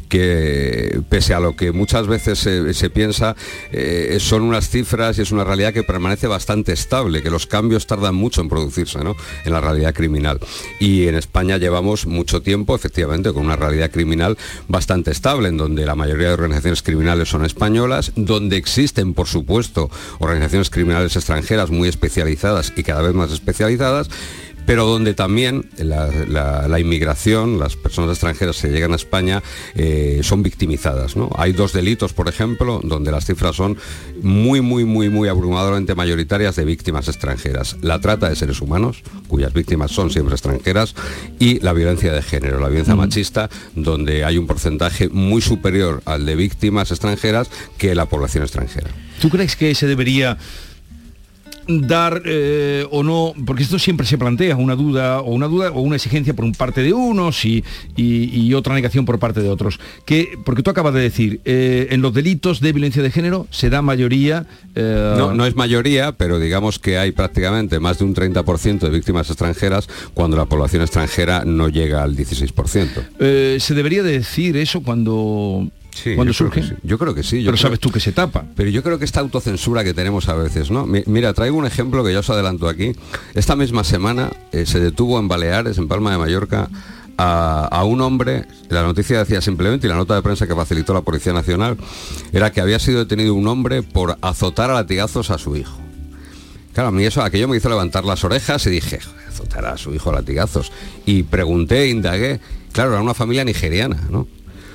que pese a lo que muchas veces se, se piensa, eh, son unas cifras y es una realidad que permanece bastante estable, que los cambios tardan mucho en producirse, ¿no? En la realidad criminal. Y en España llevamos mucho tiempo, efectivamente, con una realidad criminal bastante estable, en donde la mayoría de organizaciones criminales son españolas, donde existen, por supuesto, organizaciones criminales extranjeras muy especializadas y cada vez más especializadas, pero donde también la, la, la inmigración, las personas extranjeras que llegan a España eh, son victimizadas, ¿no? Hay dos delitos, por ejemplo, donde las cifras son muy, muy, muy, muy abrumadoramente mayoritarias de víctimas extranjeras. La trata de seres humanos, cuyas víctimas son siempre extranjeras, y la violencia de género, la violencia machista, donde hay un porcentaje muy superior al de víctimas extranjeras que la población extranjera. ¿Tú crees que se debería dar eh, o no, porque esto siempre se plantea una duda o una duda o una exigencia por un parte de unos y, y, y otra negación por parte de otros, que porque tú acabas de decir eh, en los delitos de violencia de género se da mayoría eh... no, no es mayoría, pero digamos que hay prácticamente más de un treinta por ciento de víctimas extranjeras cuando la población extranjera no llega al dieciséis por ciento. Eh, se debería de decir eso cuando Sí, cuando yo creo surge. que sí. Yo creo que sí. Yo Pero creo... sabes tú que se tapa. Pero yo creo que esta autocensura que tenemos a veces, ¿no? Mi- Mira, traigo un ejemplo que ya os adelanto aquí. Esta misma semana eh, se detuvo en Baleares, en Palma de Mallorca, a, a un hombre. La noticia decía simplemente, y la nota de prensa que facilitó la Policía Nacional, era que había sido detenido un hombre por azotar a latigazos a su hijo. Claro, a mí eso, aquello me hizo levantar las orejas y dije, joder, azotar a su hijo a latigazos. Y pregunté, indagué. Claro, era una familia nigeriana, ¿no?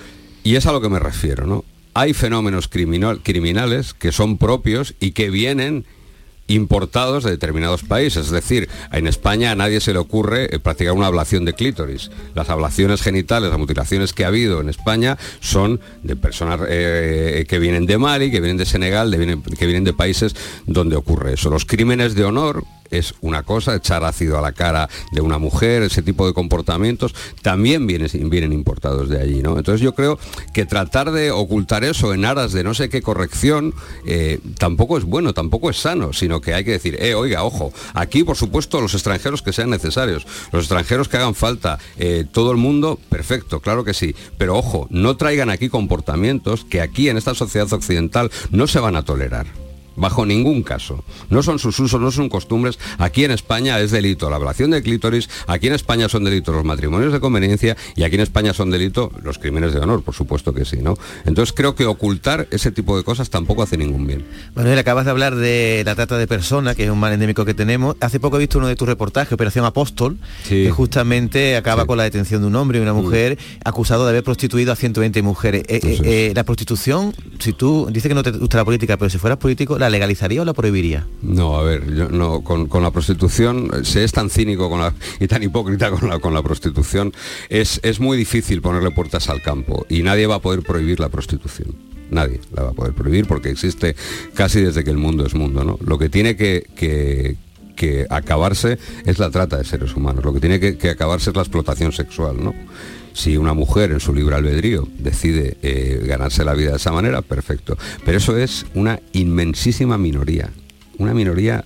Y es a lo que me refiero, ¿no? Hay fenómenos criminal, criminales que son propios y que vienen importados de determinados países. Es decir, en España a nadie se le ocurre eh, practicar una ablación de clítoris. Las ablaciones genitales, las mutilaciones que ha habido en España son de personas eh, que vienen de Mali, que vienen de Senegal, de, vienen, que vienen de países donde ocurre eso. Los crímenes de honor es una cosa, echar ácido a la cara de una mujer, ese tipo de comportamientos, también vienen, vienen importados de allí, ¿no? Entonces yo creo que tratar de ocultar eso en aras de no sé qué corrección, eh, tampoco es bueno, tampoco es sano, sino que hay que decir, eh, oiga, ojo, aquí por supuesto los extranjeros que sean necesarios, los extranjeros que hagan falta, eh, todo el mundo, perfecto, claro que sí, pero ojo, no traigan aquí comportamientos que aquí en esta sociedad occidental no se van a tolerar. Bajo ningún caso. No son sus usos, no son costumbres. Aquí en España es delito la ablación de clítoris, aquí en España son delitos los matrimonios de conveniencia y aquí en España son delito los crímenes de honor, por supuesto que sí, ¿no? Entonces creo que ocultar ese tipo de cosas tampoco hace ningún bien. Manuel, acabas de hablar de la trata de personas, que es un mal endémico que tenemos. Hace poco he visto uno de tus reportajes, Operación Apóstol, sí, que justamente acaba sí. con la detención de un hombre y una mujer mm. acusado de haber prostituido a ciento veinte mujeres. Eh, eh, eh, la prostitución, si tú dices que no te gusta la política, pero si fueras político, ¿la legalizaría o la prohibiría? No, a ver, yo no, con, con la prostitución, se es tan cínico con la, y tan hipócrita con la, con la prostitución, es, es muy difícil ponerle puertas al campo y nadie va a poder prohibir la prostitución. Nadie la va a poder prohibir porque existe casi desde que el mundo es mundo, ¿no? Lo que tiene que, que, que acabarse es la trata de seres humanos, lo que tiene que, que acabarse es la explotación sexual, ¿no? Si una mujer en su libre albedrío decide eh, ganarse la vida de esa manera, perfecto. Pero eso es una inmensísima minoría. Una minoría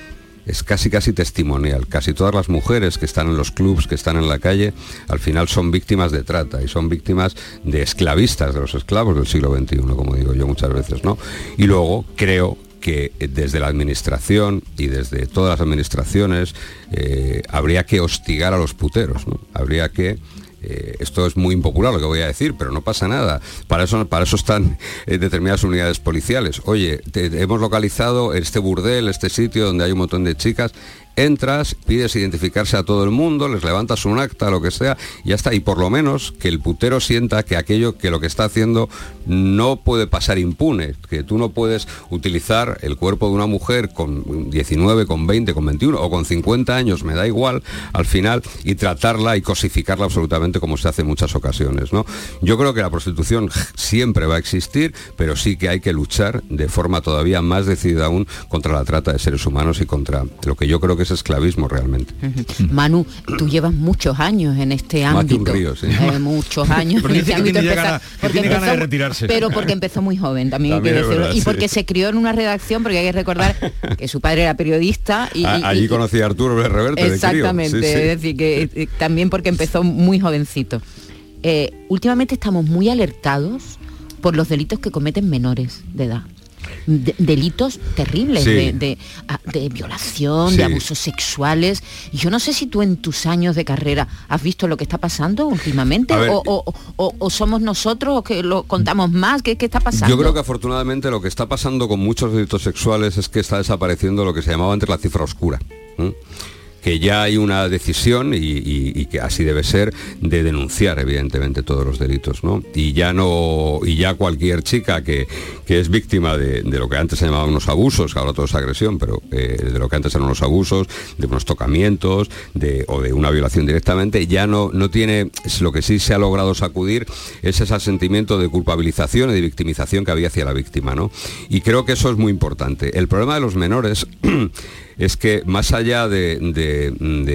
es casi casi testimonial. Casi todas las mujeres que están en los clubs, que están en la calle, al final son víctimas de trata y son víctimas de esclavistas, de los esclavos del siglo veintiuno, como digo yo muchas veces, ¿no? Y luego creo que desde la administración y desde todas las administraciones eh, habría que hostigar a los puteros, ¿no? Habría que Eh, esto es muy impopular lo que voy a decir, pero no pasa nada. Para eso, para eso están eh, determinadas unidades policiales. Oye, te, te hemos localizado este burdel, este sitio donde hay un montón de chicas. Entras, pides identificarse a todo el mundo, les levantas un acta, lo que sea, y ya está. Y por lo menos que el putero sienta que aquello, que lo que está haciendo no puede pasar impune, que tú no puedes utilizar el cuerpo de una mujer con diecinueve, con veinte, con veintiuno o con cincuenta años, me da igual, al final, y tratarla y cosificarla absolutamente como se hace en muchas ocasiones, ¿no? Yo creo que la prostitución siempre va a existir, pero sí que hay que luchar de forma todavía más decidida aún contra la trata de seres humanos y contra lo que yo creo que es esclavismo realmente. Uh-huh. Manu, tú llevas muchos años en este ámbito. Más que un río, sí. eh, muchos años pero en este ámbito. Tiene, empezar, gana, porque tiene empezó, ganas de retirarse. Pero porque empezó muy joven, también, también hay que decirlo. Verdad, y sí. porque se crió en una redacción, porque hay que recordar que su padre era periodista. Y, a, y allí y, conocí a Arturo Ble Reverte. Exactamente, de crío. Sí, sí. es decir, que eh, también porque empezó muy jovencito. Eh, últimamente estamos muy alertados por los delitos que cometen menores de edad. De, delitos terribles sí. de, de, de violación, sí. de abusos sexuales. Y yo no sé si tú en tus años de carrera has visto lo que está pasando últimamente o, o, o, o somos nosotros que lo contamos más. ¿Qué, ¿Qué está pasando? Yo creo que afortunadamente lo que está pasando con muchos delitos sexuales es que está desapareciendo lo que se llamaba antes la cifra oscura. ¿Mm? Que ya hay una decisión y, y, y que así debe ser de denunciar evidentemente todos los delitos, ¿no? Y ya no y ya cualquier chica que, que es víctima de, de lo que antes se llamaban unos abusos, que ahora todo es agresión, pero eh, de lo que antes eran unos abusos, de unos tocamientos, de, o de una violación directamente, ya no, no tiene, lo que sí se ha logrado sacudir es ese sentimiento de culpabilización y de victimización que había hacia la víctima, ¿no? Y creo que eso es muy importante. El problema de los menores es que más allá de, de,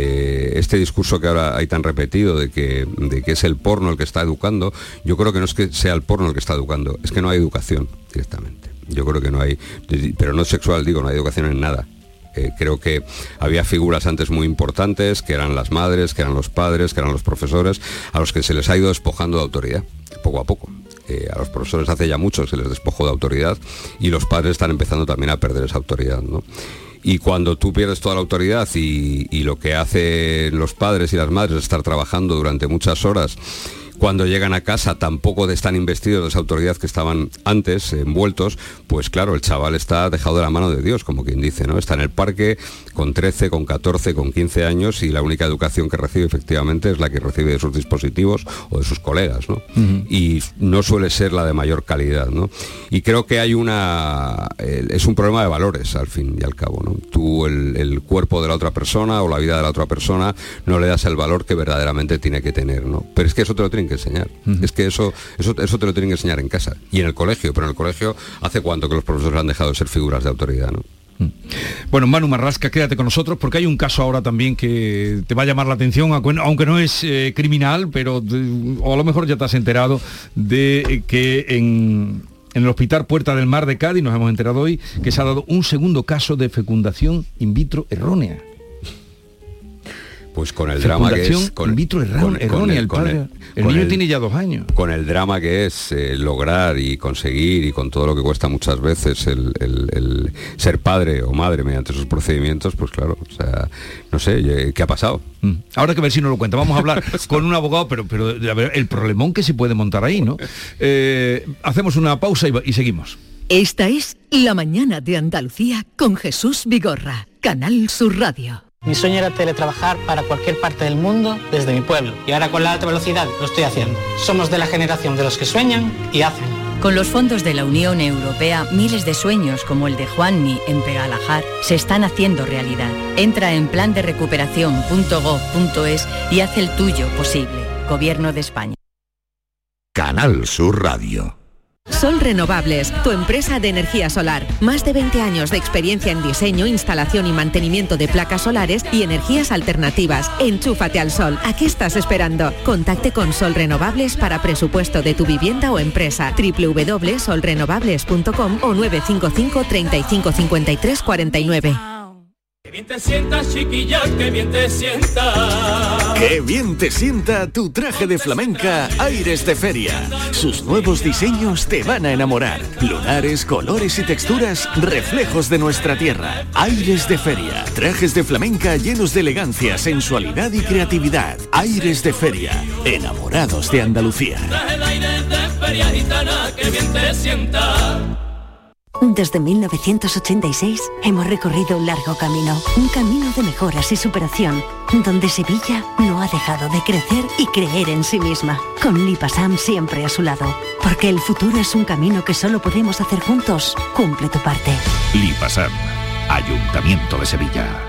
de este discurso que ahora hay tan repetido de que, de que es el porno el que está educando, yo creo que no es que sea el porno el que está educando, es que no hay educación directamente. Yo creo que no hay, pero no sexual, digo, no hay educación en nada. Eh, creo que había figuras antes muy importantes, que eran las madres, que eran los padres, que eran los profesores, a los que se les ha ido despojando de autoridad, poco a poco. Eh, a los profesores hace ya mucho que se les despojó de autoridad y los padres están empezando también a perder esa autoridad, ¿no? Y cuando tú pierdes toda la autoridad y, y lo que hacen los padres y las madres es estar trabajando durante muchas horas, cuando llegan a casa tampoco están investidos de esa autoridad que estaban antes envueltos, pues claro, el chaval está dejado de la mano de Dios, como quien dice, ¿no? Está en el parque con trece, con catorce, con quince años y la única educación que recibe efectivamente es la que recibe de sus dispositivos o de sus colegas, ¿no? Uh-huh. Y no suele ser la de mayor calidad, ¿no? Y creo que hay una... es un problema de valores, al fin y al cabo, ¿no? Tú el, el cuerpo de la otra persona o la vida de la otra persona no le das el valor que verdaderamente tiene que tener, ¿no? Pero es que eso te lo tienen que enseñar. Uh-huh. Es que eso, eso eso te lo tienen que enseñar en casa y en el colegio, pero en el colegio hace cuánto que los profesores han dejado de ser figuras de autoridad, ¿no? Bueno, Manu Marrasca, quédate con nosotros porque hay un caso ahora también que te va a llamar la atención, aunque no es eh, criminal, pero de, o a lo mejor ya te has enterado de que en, en el Hospital Puerta del Mar de Cádiz, nos hemos enterado hoy, que se ha dado un segundo caso de fecundación in vitro errónea. Pues con el drama que es con, in vitro errónea, con, errónea con el, el padre, el, el niño el, tiene ya dos años. Con el drama que es eh, lograr y conseguir y con todo lo que cuesta muchas veces el, el, el ser padre o madre mediante esos procedimientos, pues claro, o sea, no sé, ¿qué ha pasado? Mm. Ahora que ver si nos lo cuenta, vamos a hablar con un abogado, pero, pero a ver, el problemón que se puede montar ahí, ¿no? Eh, hacemos una pausa y, y seguimos. Esta es La Mañana de Andalucía con Jesús Vigorra, Canal Sur Radio. Mi sueño era teletrabajar para cualquier parte del mundo desde mi pueblo. Y ahora con la alta velocidad lo estoy haciendo. Somos de la generación de los que sueñan y hacen. Con los fondos de la Unión Europea, miles de sueños como el de Juanmi en Pegalajar se están haciendo realidad. Entra en plan de recuperación punto gob punto es y haz el tuyo posible. Gobierno de España. Canal Sur Radio. Sol Renovables, tu empresa de energía solar. Más de veinte años de experiencia en diseño, instalación y mantenimiento de placas solares y energías alternativas. Enchúfate al sol. ¿A qué estás esperando? Contacte con Sol Renovables para presupuesto de tu vivienda o empresa. doble u doble u doble u punto sol renovables punto com o nueve cinco cinco, treinta y cinco, cincuenta y tres, cuarenta y nueve. Que bien te sienta, chiquilla, que bien te sienta. Qué bien te sienta tu traje de flamenca Aires de Feria. Sus nuevos diseños te van a enamorar. Lunares, colores y texturas, reflejos de nuestra tierra. Aires de Feria. Trajes de flamenca llenos de elegancia, sensualidad y creatividad. Aires de Feria. Enamorados de Andalucía. Traje de aires de feria gitana, que bien te sienta. Desde mil novecientos ochenta y seis hemos recorrido un largo camino, un camino de mejoras y superación, donde Sevilla no ha dejado de crecer y creer en sí misma, con Lipasam siempre a su lado, porque el futuro es un camino que solo podemos hacer juntos. Cumple tu parte. Lipasam, Ayuntamiento de Sevilla.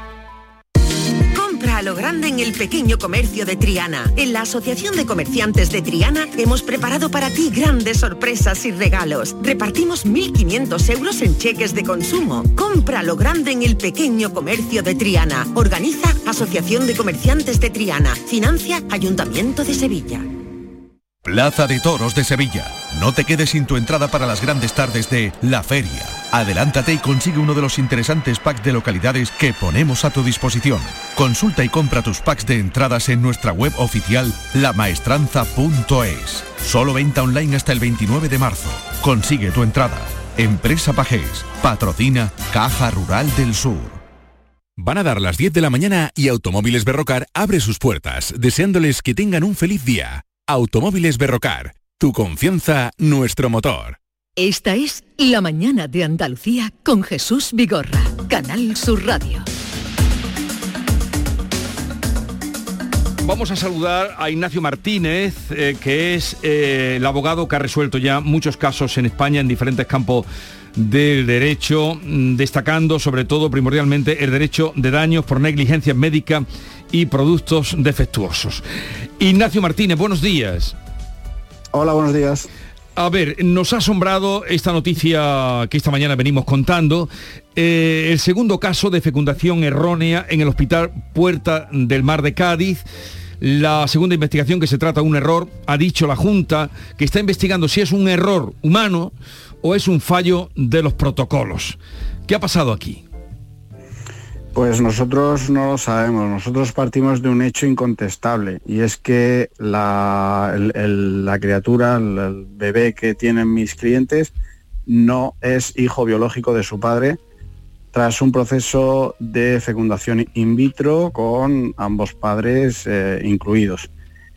A lo grande en el pequeño comercio de Triana. En la Asociación de Comerciantes de Triana hemos preparado para ti grandes sorpresas y regalos. Repartimos mil quinientos euros en cheques de consumo. Compra a lo grande en el pequeño comercio de Triana. Organiza Asociación de Comerciantes de Triana. Financia Ayuntamiento de Sevilla. Plaza de Toros de Sevilla. No te quedes sin tu entrada para las grandes tardes de La Feria. Adelántate y consigue uno de los interesantes packs de localidades que ponemos a tu disposición. Consulta y compra tus packs de entradas en nuestra web oficial la maestranza punto es. Solo venta online hasta el veintinueve de marzo. Consigue tu entrada. Empresa Pajés. Patrocina Caja Rural del Sur. Van a dar las diez de la mañana y Automóviles Berrocar abre sus puertas, deseándoles que tengan un feliz día. Automóviles Berrocar, tu confianza, nuestro motor. Esta es La Mañana de Andalucía con Jesús Vigorra, Canal Sur Radio. Vamos a saludar a Ignacio Martínez, eh, que es eh, el abogado que ha resuelto ya muchos casos en España en diferentes campos del derecho, destacando sobre todo primordialmente el derecho de daños por negligencia médica y productos defectuosos. Ignacio Martínez, buenos días. Hola, buenos días. A ver, nos ha asombrado esta noticia que esta mañana venimos contando, eh, el segundo caso de fecundación errónea en el Hospital Puerta del Mar de Cádiz. La segunda investigación, que se trata de un error, ha dicho la Junta que está investigando si es un error humano o es un fallo de los protocolos. ¿Qué ha pasado aquí? Pues nosotros no lo sabemos, nosotros partimos de un hecho incontestable y es que la, el, el, la criatura, el, el bebé que tienen mis clientes no es hijo biológico de su padre tras un proceso de fecundación in vitro con ambos padres eh, incluidos.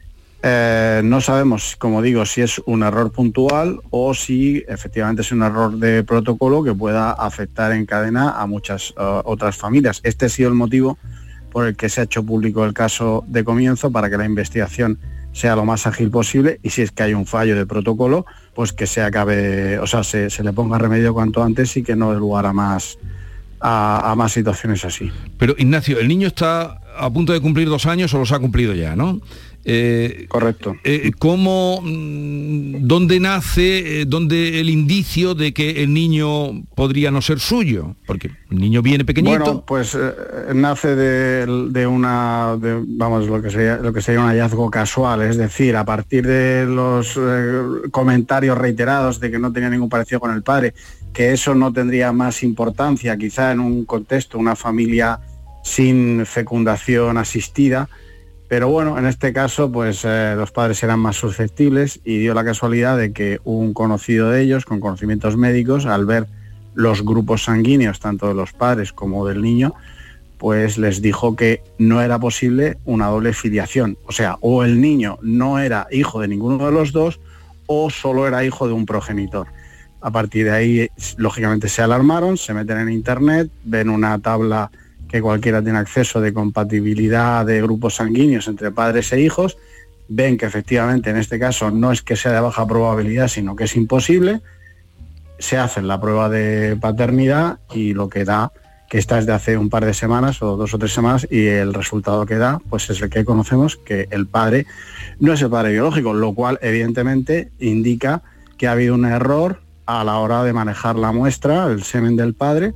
Eh, no sabemos, como digo, si es un error puntual o si efectivamente es un error de protocolo que pueda afectar en cadena a muchas uh, otras familias. Este ha sido el motivo por el que se ha hecho público el caso de comienzo, para que la investigación sea lo más ágil posible, y si es que hay un fallo de protocolo, pues que se acabe, o sea, se, se le ponga remedio cuanto antes y que no dé lugar a más a, a más situaciones así. Pero Ignacio, el niño está a punto de cumplir dos años o los ha cumplido ya, ¿no? Eh, Correcto. Eh, ¿Cómo, dónde nace, eh, dónde el indicio de que el niño podría no ser suyo? Porque el niño viene pequeñito. Bueno, pues eh, nace de, de una, de, vamos, lo que sería lo que sería un hallazgo casual, es decir, a partir de los eh, comentarios reiterados de que no tenía ningún parecido con el padre, que eso no tendría más importancia, quizá en un contexto, una familia sin fecundación asistida. Pero bueno, en este caso, pues eh, los padres eran más susceptibles y dio la casualidad de que un conocido de ellos, con conocimientos médicos, al ver los grupos sanguíneos, tanto de los padres como del niño, pues les dijo que no era posible una doble filiación. O sea, o el niño no era hijo de ninguno de los dos, o solo era hijo de un progenitor. A partir de ahí, lógicamente, se alarmaron, se meten en internet, ven una tabla que cualquiera tiene acceso de compatibilidad de grupos sanguíneos entre padres e hijos, ven que efectivamente en este caso no es que sea de baja probabilidad, sino que es imposible, se hacen la prueba de paternidad y lo que da, que está desde hace un par de semanas o dos o tres semanas, y el resultado que da pues es el que conocemos, que el padre no es el padre biológico, lo cual evidentemente indica que ha habido un error a la hora de manejar la muestra, el semen del padre,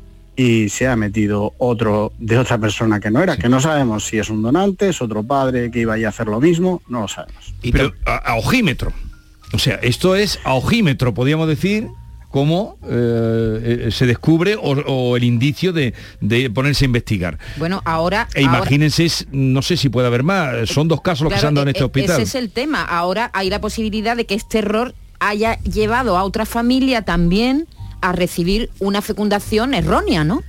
y se ha metido otro de otra persona que no era, que no sabemos si es un donante, es otro padre que iba a hacer lo mismo, no lo sabemos. Pero a, a ojímetro, o sea, esto es a ojímetro, podríamos decir, cómo eh, se descubre o, o el indicio de, de ponerse a investigar. Bueno, ahora... E imagínense, ahora, no sé si puede haber más, son dos casos los claro, que se han dado en este hospital. Ese es el tema, ahora hay la posibilidad de que este error haya llevado a otra familia también a recibir una fecundación errónea, ¿no?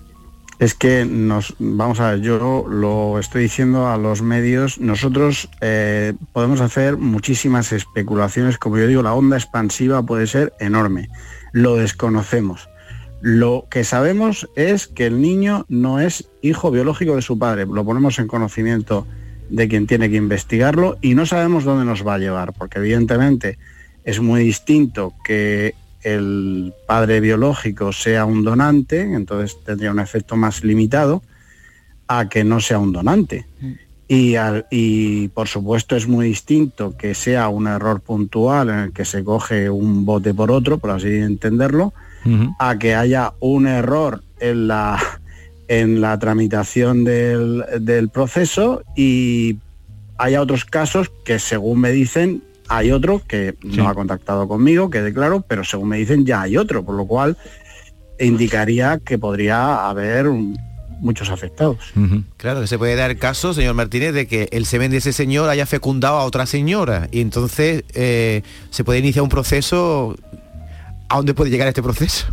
Es que nos, vamos a ver, yo lo estoy diciendo a los medios, nosotros eh, podemos hacer muchísimas especulaciones, como yo digo, la onda expansiva puede ser enorme, lo desconocemos. Lo que sabemos es que el niño no es hijo biológico de su padre, lo ponemos en conocimiento de quien tiene que investigarlo y no sabemos dónde nos va a llevar, porque evidentemente es muy distinto que el padre biológico sea un donante, entonces tendría un efecto más limitado, a que no sea un donante. Mm. Y, al, y por supuesto es muy distinto que sea un error puntual en el que se coge un bote por otro, por así entenderlo, uh-huh. a que haya un error en la, en la tramitación del, del proceso y haya otros casos que, según me dicen, hay otro que sí. no ha contactado conmigo, quede claro, pero según me dicen ya hay otro, por lo cual indicaría que podría haber un, muchos afectados. Uh-huh. Claro, que se puede dar el caso, señor Martínez, de que el semen de ese señor haya fecundado a otra señora y entonces eh, se puede iniciar un proceso. ¿A dónde puede llegar este proceso?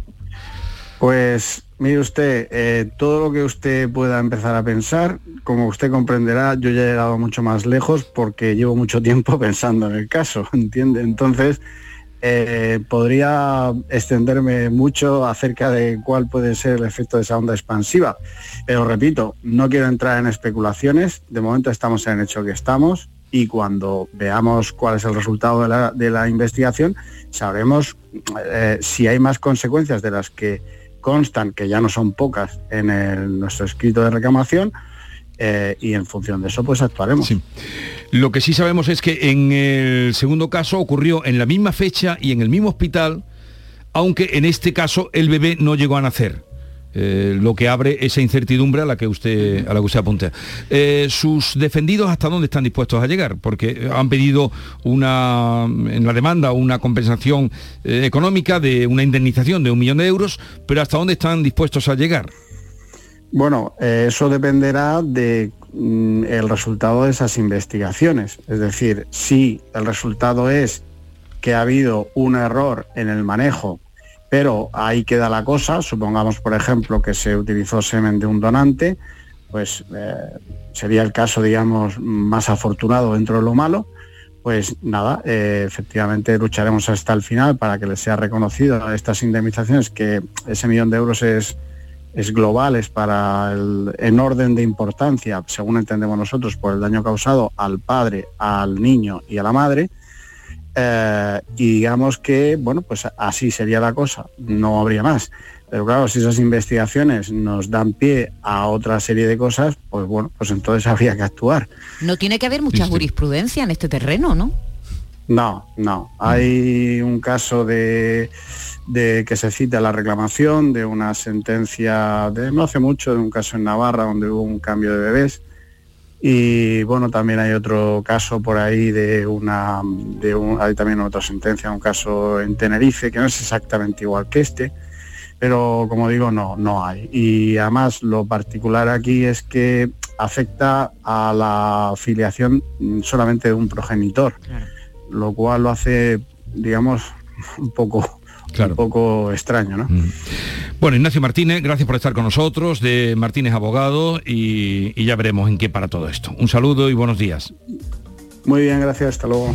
Pues mire usted, eh, todo lo que usted pueda empezar a pensar, como usted comprenderá, yo ya he llegado mucho más lejos porque llevo mucho tiempo pensando en el caso, ¿entiende? Entonces, eh, podría extenderme mucho acerca de cuál puede ser el efecto de esa onda expansiva. Pero repito, no quiero entrar en especulaciones, de momento estamos en el hecho que estamos y cuando veamos cuál es el resultado de la, de la investigación, sabremos eh, si hay más consecuencias de las que constan, que ya no son pocas, en el, nuestro escrito de reclamación, eh, y en función de eso pues actuaremos. Sí. Lo que sí sabemos es que en el segundo caso ocurrió en la misma fecha y en el mismo hospital, aunque en este caso el bebé no llegó a nacer. Eh, lo que abre esa incertidumbre a la que usted a la que usted apunta. Eh, sus defendidos, ¿hasta dónde están dispuestos a llegar? Porque han pedido una en la demanda una compensación eh, económica de una indemnización de un millón de euros, pero ¿hasta dónde están dispuestos a llegar? Bueno, eh, eso dependerá de mm, el resultado de esas investigaciones. Es decir, si el resultado es que ha habido un error en el manejo, pero ahí queda la cosa, supongamos por ejemplo que se utilizó semen de un donante, pues eh, sería el caso, digamos, más afortunado dentro de lo malo. Pues nada, eh, efectivamente lucharemos hasta el final para que les sea reconocido a estas indemnizaciones, que ese millón de euros es, es global, es para el, en orden de importancia, según entendemos nosotros, por el daño causado al padre, al niño y a la madre. Eh, y digamos que, bueno, pues así sería la cosa, no habría más. Pero claro, si esas investigaciones nos dan pie a otra serie de cosas, pues bueno, pues entonces habría que actuar. No tiene que haber mucha jurisprudencia en este terreno, ¿no? No, no. Hay un caso de, de que se cita la reclamación de una sentencia de no hace mucho, de un caso en Navarra donde hubo un cambio de bebés. Y bueno, también hay otro caso por ahí de una, de un, hay también otra sentencia, un caso en Tenerife, que no es exactamente igual que este, pero como digo, no, no hay. Y además lo particular aquí es que afecta a la filiación solamente de un progenitor, claro, lo cual lo hace, digamos, un poco... Claro. Un poco extraño, ¿no? Mm. Bueno, Ignacio Martínez, gracias por estar con nosotros, de Martínez Abogado, y, y ya veremos en qué para todo esto. Un saludo y buenos días. Muy bien, gracias, hasta luego.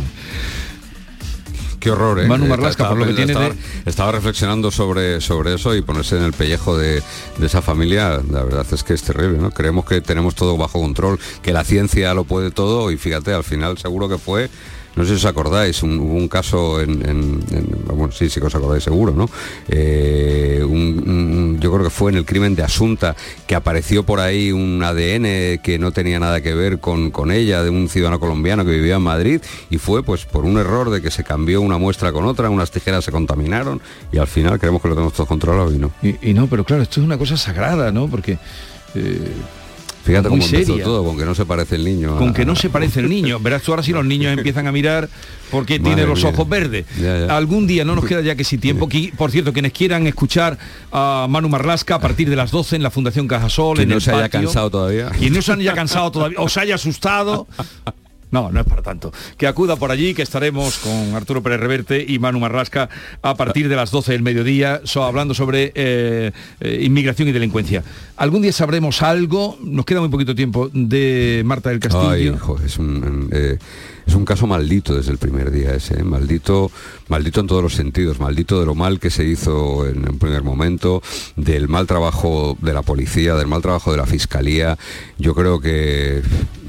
Qué horror, ¿eh? Manu Marlasca, estaba, por lo que tiene estaba, de... estaba reflexionando sobre, sobre eso y ponerse en el pellejo de, de esa familia, la verdad es que es terrible, ¿no? Creemos que tenemos todo bajo control, que la ciencia lo puede todo, y fíjate, al final seguro que fue... No sé si os acordáis, un, hubo un caso en, en, en... Bueno, sí, sí que os acordáis seguro, ¿no? Eh, un, un, yo creo que fue en el crimen de Asunta, que apareció por ahí un A D N que no tenía nada que ver con, con ella, de un ciudadano colombiano que vivía en Madrid, y fue pues por un error de que se cambió una muestra con otra, unas tijeras se contaminaron, y al final creemos que lo tenemos todo controlado y no. Y, y no, pero claro, esto es una cosa sagrada, ¿no? Porque... Eh... Fíjate cómo empezó todo, con que no se parece el niño. A... Con que no se parece el niño. Verás tú ahora si los niños empiezan a mirar porque Madre tiene los mía. ojos verdes. Ya, ya. Algún día, no nos queda ya que si tiempo. Que, por cierto, quienes quieran escuchar a Manu Marlasca a partir de las doce en la Fundación Cajasol, quien en no el se patio, haya cansado todavía. Quien no se haya cansado todavía, os haya asustado. No, no es para tanto. Que acuda por allí, que estaremos con Arturo Pérez Reverte y Manu Marlasca a partir de las doce del mediodía, so, hablando sobre eh, eh, inmigración y delincuencia. Algún día sabremos algo, nos queda muy poquito tiempo, de Marta del Castillo. Ay, hijo, es un... Eh... Es un caso maldito desde el primer día ese, ¿eh? maldito, maldito en todos los sentidos, maldito de lo mal que se hizo en un primer momento, del mal trabajo de la policía, del mal trabajo de la fiscalía. Yo creo que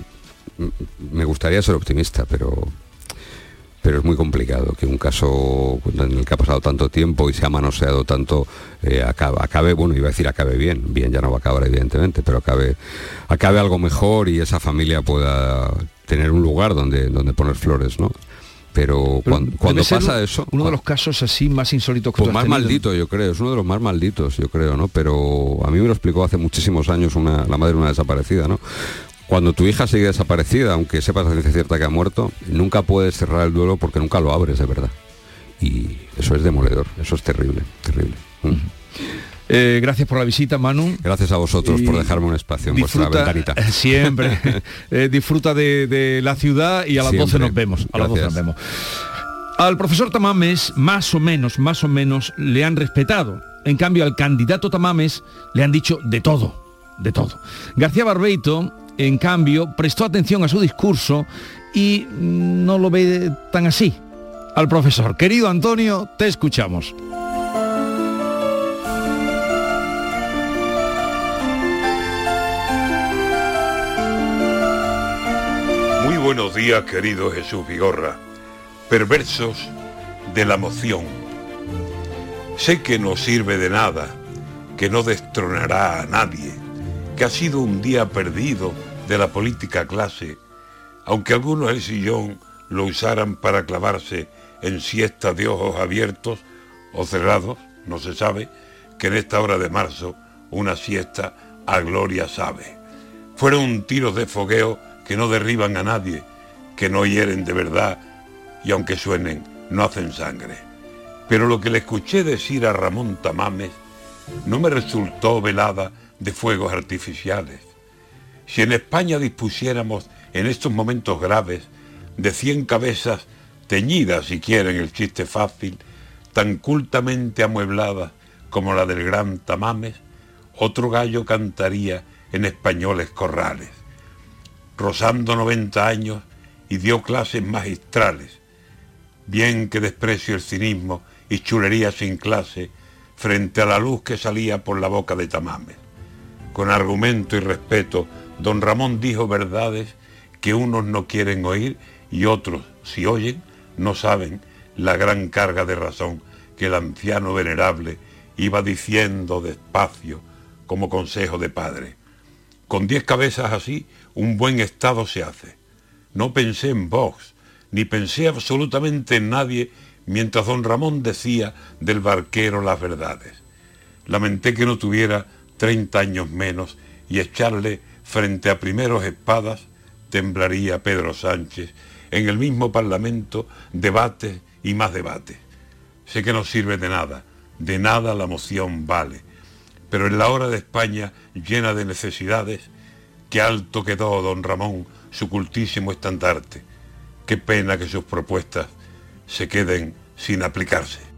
me gustaría ser optimista, pero pero es muy complicado que un caso en el que ha pasado tanto tiempo y se ha manoseado tanto eh, acabe, acabe, bueno, iba a decir acabe bien, bien ya no va a acabar evidentemente, pero acabe, acabe algo mejor y esa familia pueda tener un lugar donde, donde poner flores, ¿no? Pero, pero cuando, cuando pasa eso... Uno de los casos así más insólitos que pues tú has más tenido. maldito, yo creo, es uno de los más malditos, yo creo, ¿no? Pero a mí me lo explicó hace muchísimos años una, la madre de una desaparecida, ¿no? Cuando tu hija sigue desaparecida, aunque sepas a ciencia cierta que ha muerto, nunca puedes cerrar el duelo porque nunca lo abres de verdad. Y eso es demoledor, eso es terrible, terrible. Mm. Eh, gracias por la visita, Manu. Gracias a vosotros y por dejarme un espacio en vuestra ventanita. Siempre. eh, disfruta de, de la ciudad y a las siempre. doce nos vemos. A las doce nos vemos. Al profesor Tamames, más o menos, más o menos, le han respetado. En cambio, al candidato Tamames le han dicho de todo, de todo. García Barbeito, en cambio, prestó atención a su discurso y no lo ve tan así al profesor. Querido Antonio, te escuchamos. Muy buenos días, querido Jesús Vigorra. Perversos de la moción. Sé que no sirve de nada, que no destronará a nadie, que ha sido un día perdido de la política clase, aunque algunos el sillón lo usaran para clavarse en siesta de ojos abiertos o cerrados, no se sabe, que en esta hora de marzo una siesta a gloria sabe. Fueron tiros de fogueo que no derriban a nadie, que no hieren de verdad y aunque suenen, no hacen sangre. Pero lo que le escuché decir a Ramón Tamames no me resultó velada de fuegos artificiales. Si en España dispusiéramos en estos momentos graves de cien cabezas teñidas, si quieren el chiste fácil, tan cultamente amuebladas como la del gran Tamames, otro gallo cantaría en españoles corrales. Rozando noventa años y dio clases magistrales. Bien que desprecio el cinismo y chulería sin clase frente a la luz que salía por la boca de Tamames. Con argumento y respeto, don Ramón dijo verdades que unos no quieren oír y otros, si oyen, no saben la gran carga de razón que el anciano venerable iba diciendo despacio como consejo de padre. Con diez cabezas así, un buen estado se hace. No pensé en Vox, ni pensé absolutamente en nadie mientras don Ramón decía del barquero las verdades. Lamenté que no tuviera treinta años menos y echarle frente a primeros espadas temblaría Pedro Sánchez en el mismo Parlamento, debates y más debates. Sé que no sirve de nada, de nada la moción vale, pero en la hora de España llena de necesidades, qué alto quedó don Ramón su cultísimo estandarte. Qué pena que sus propuestas se queden sin aplicarse.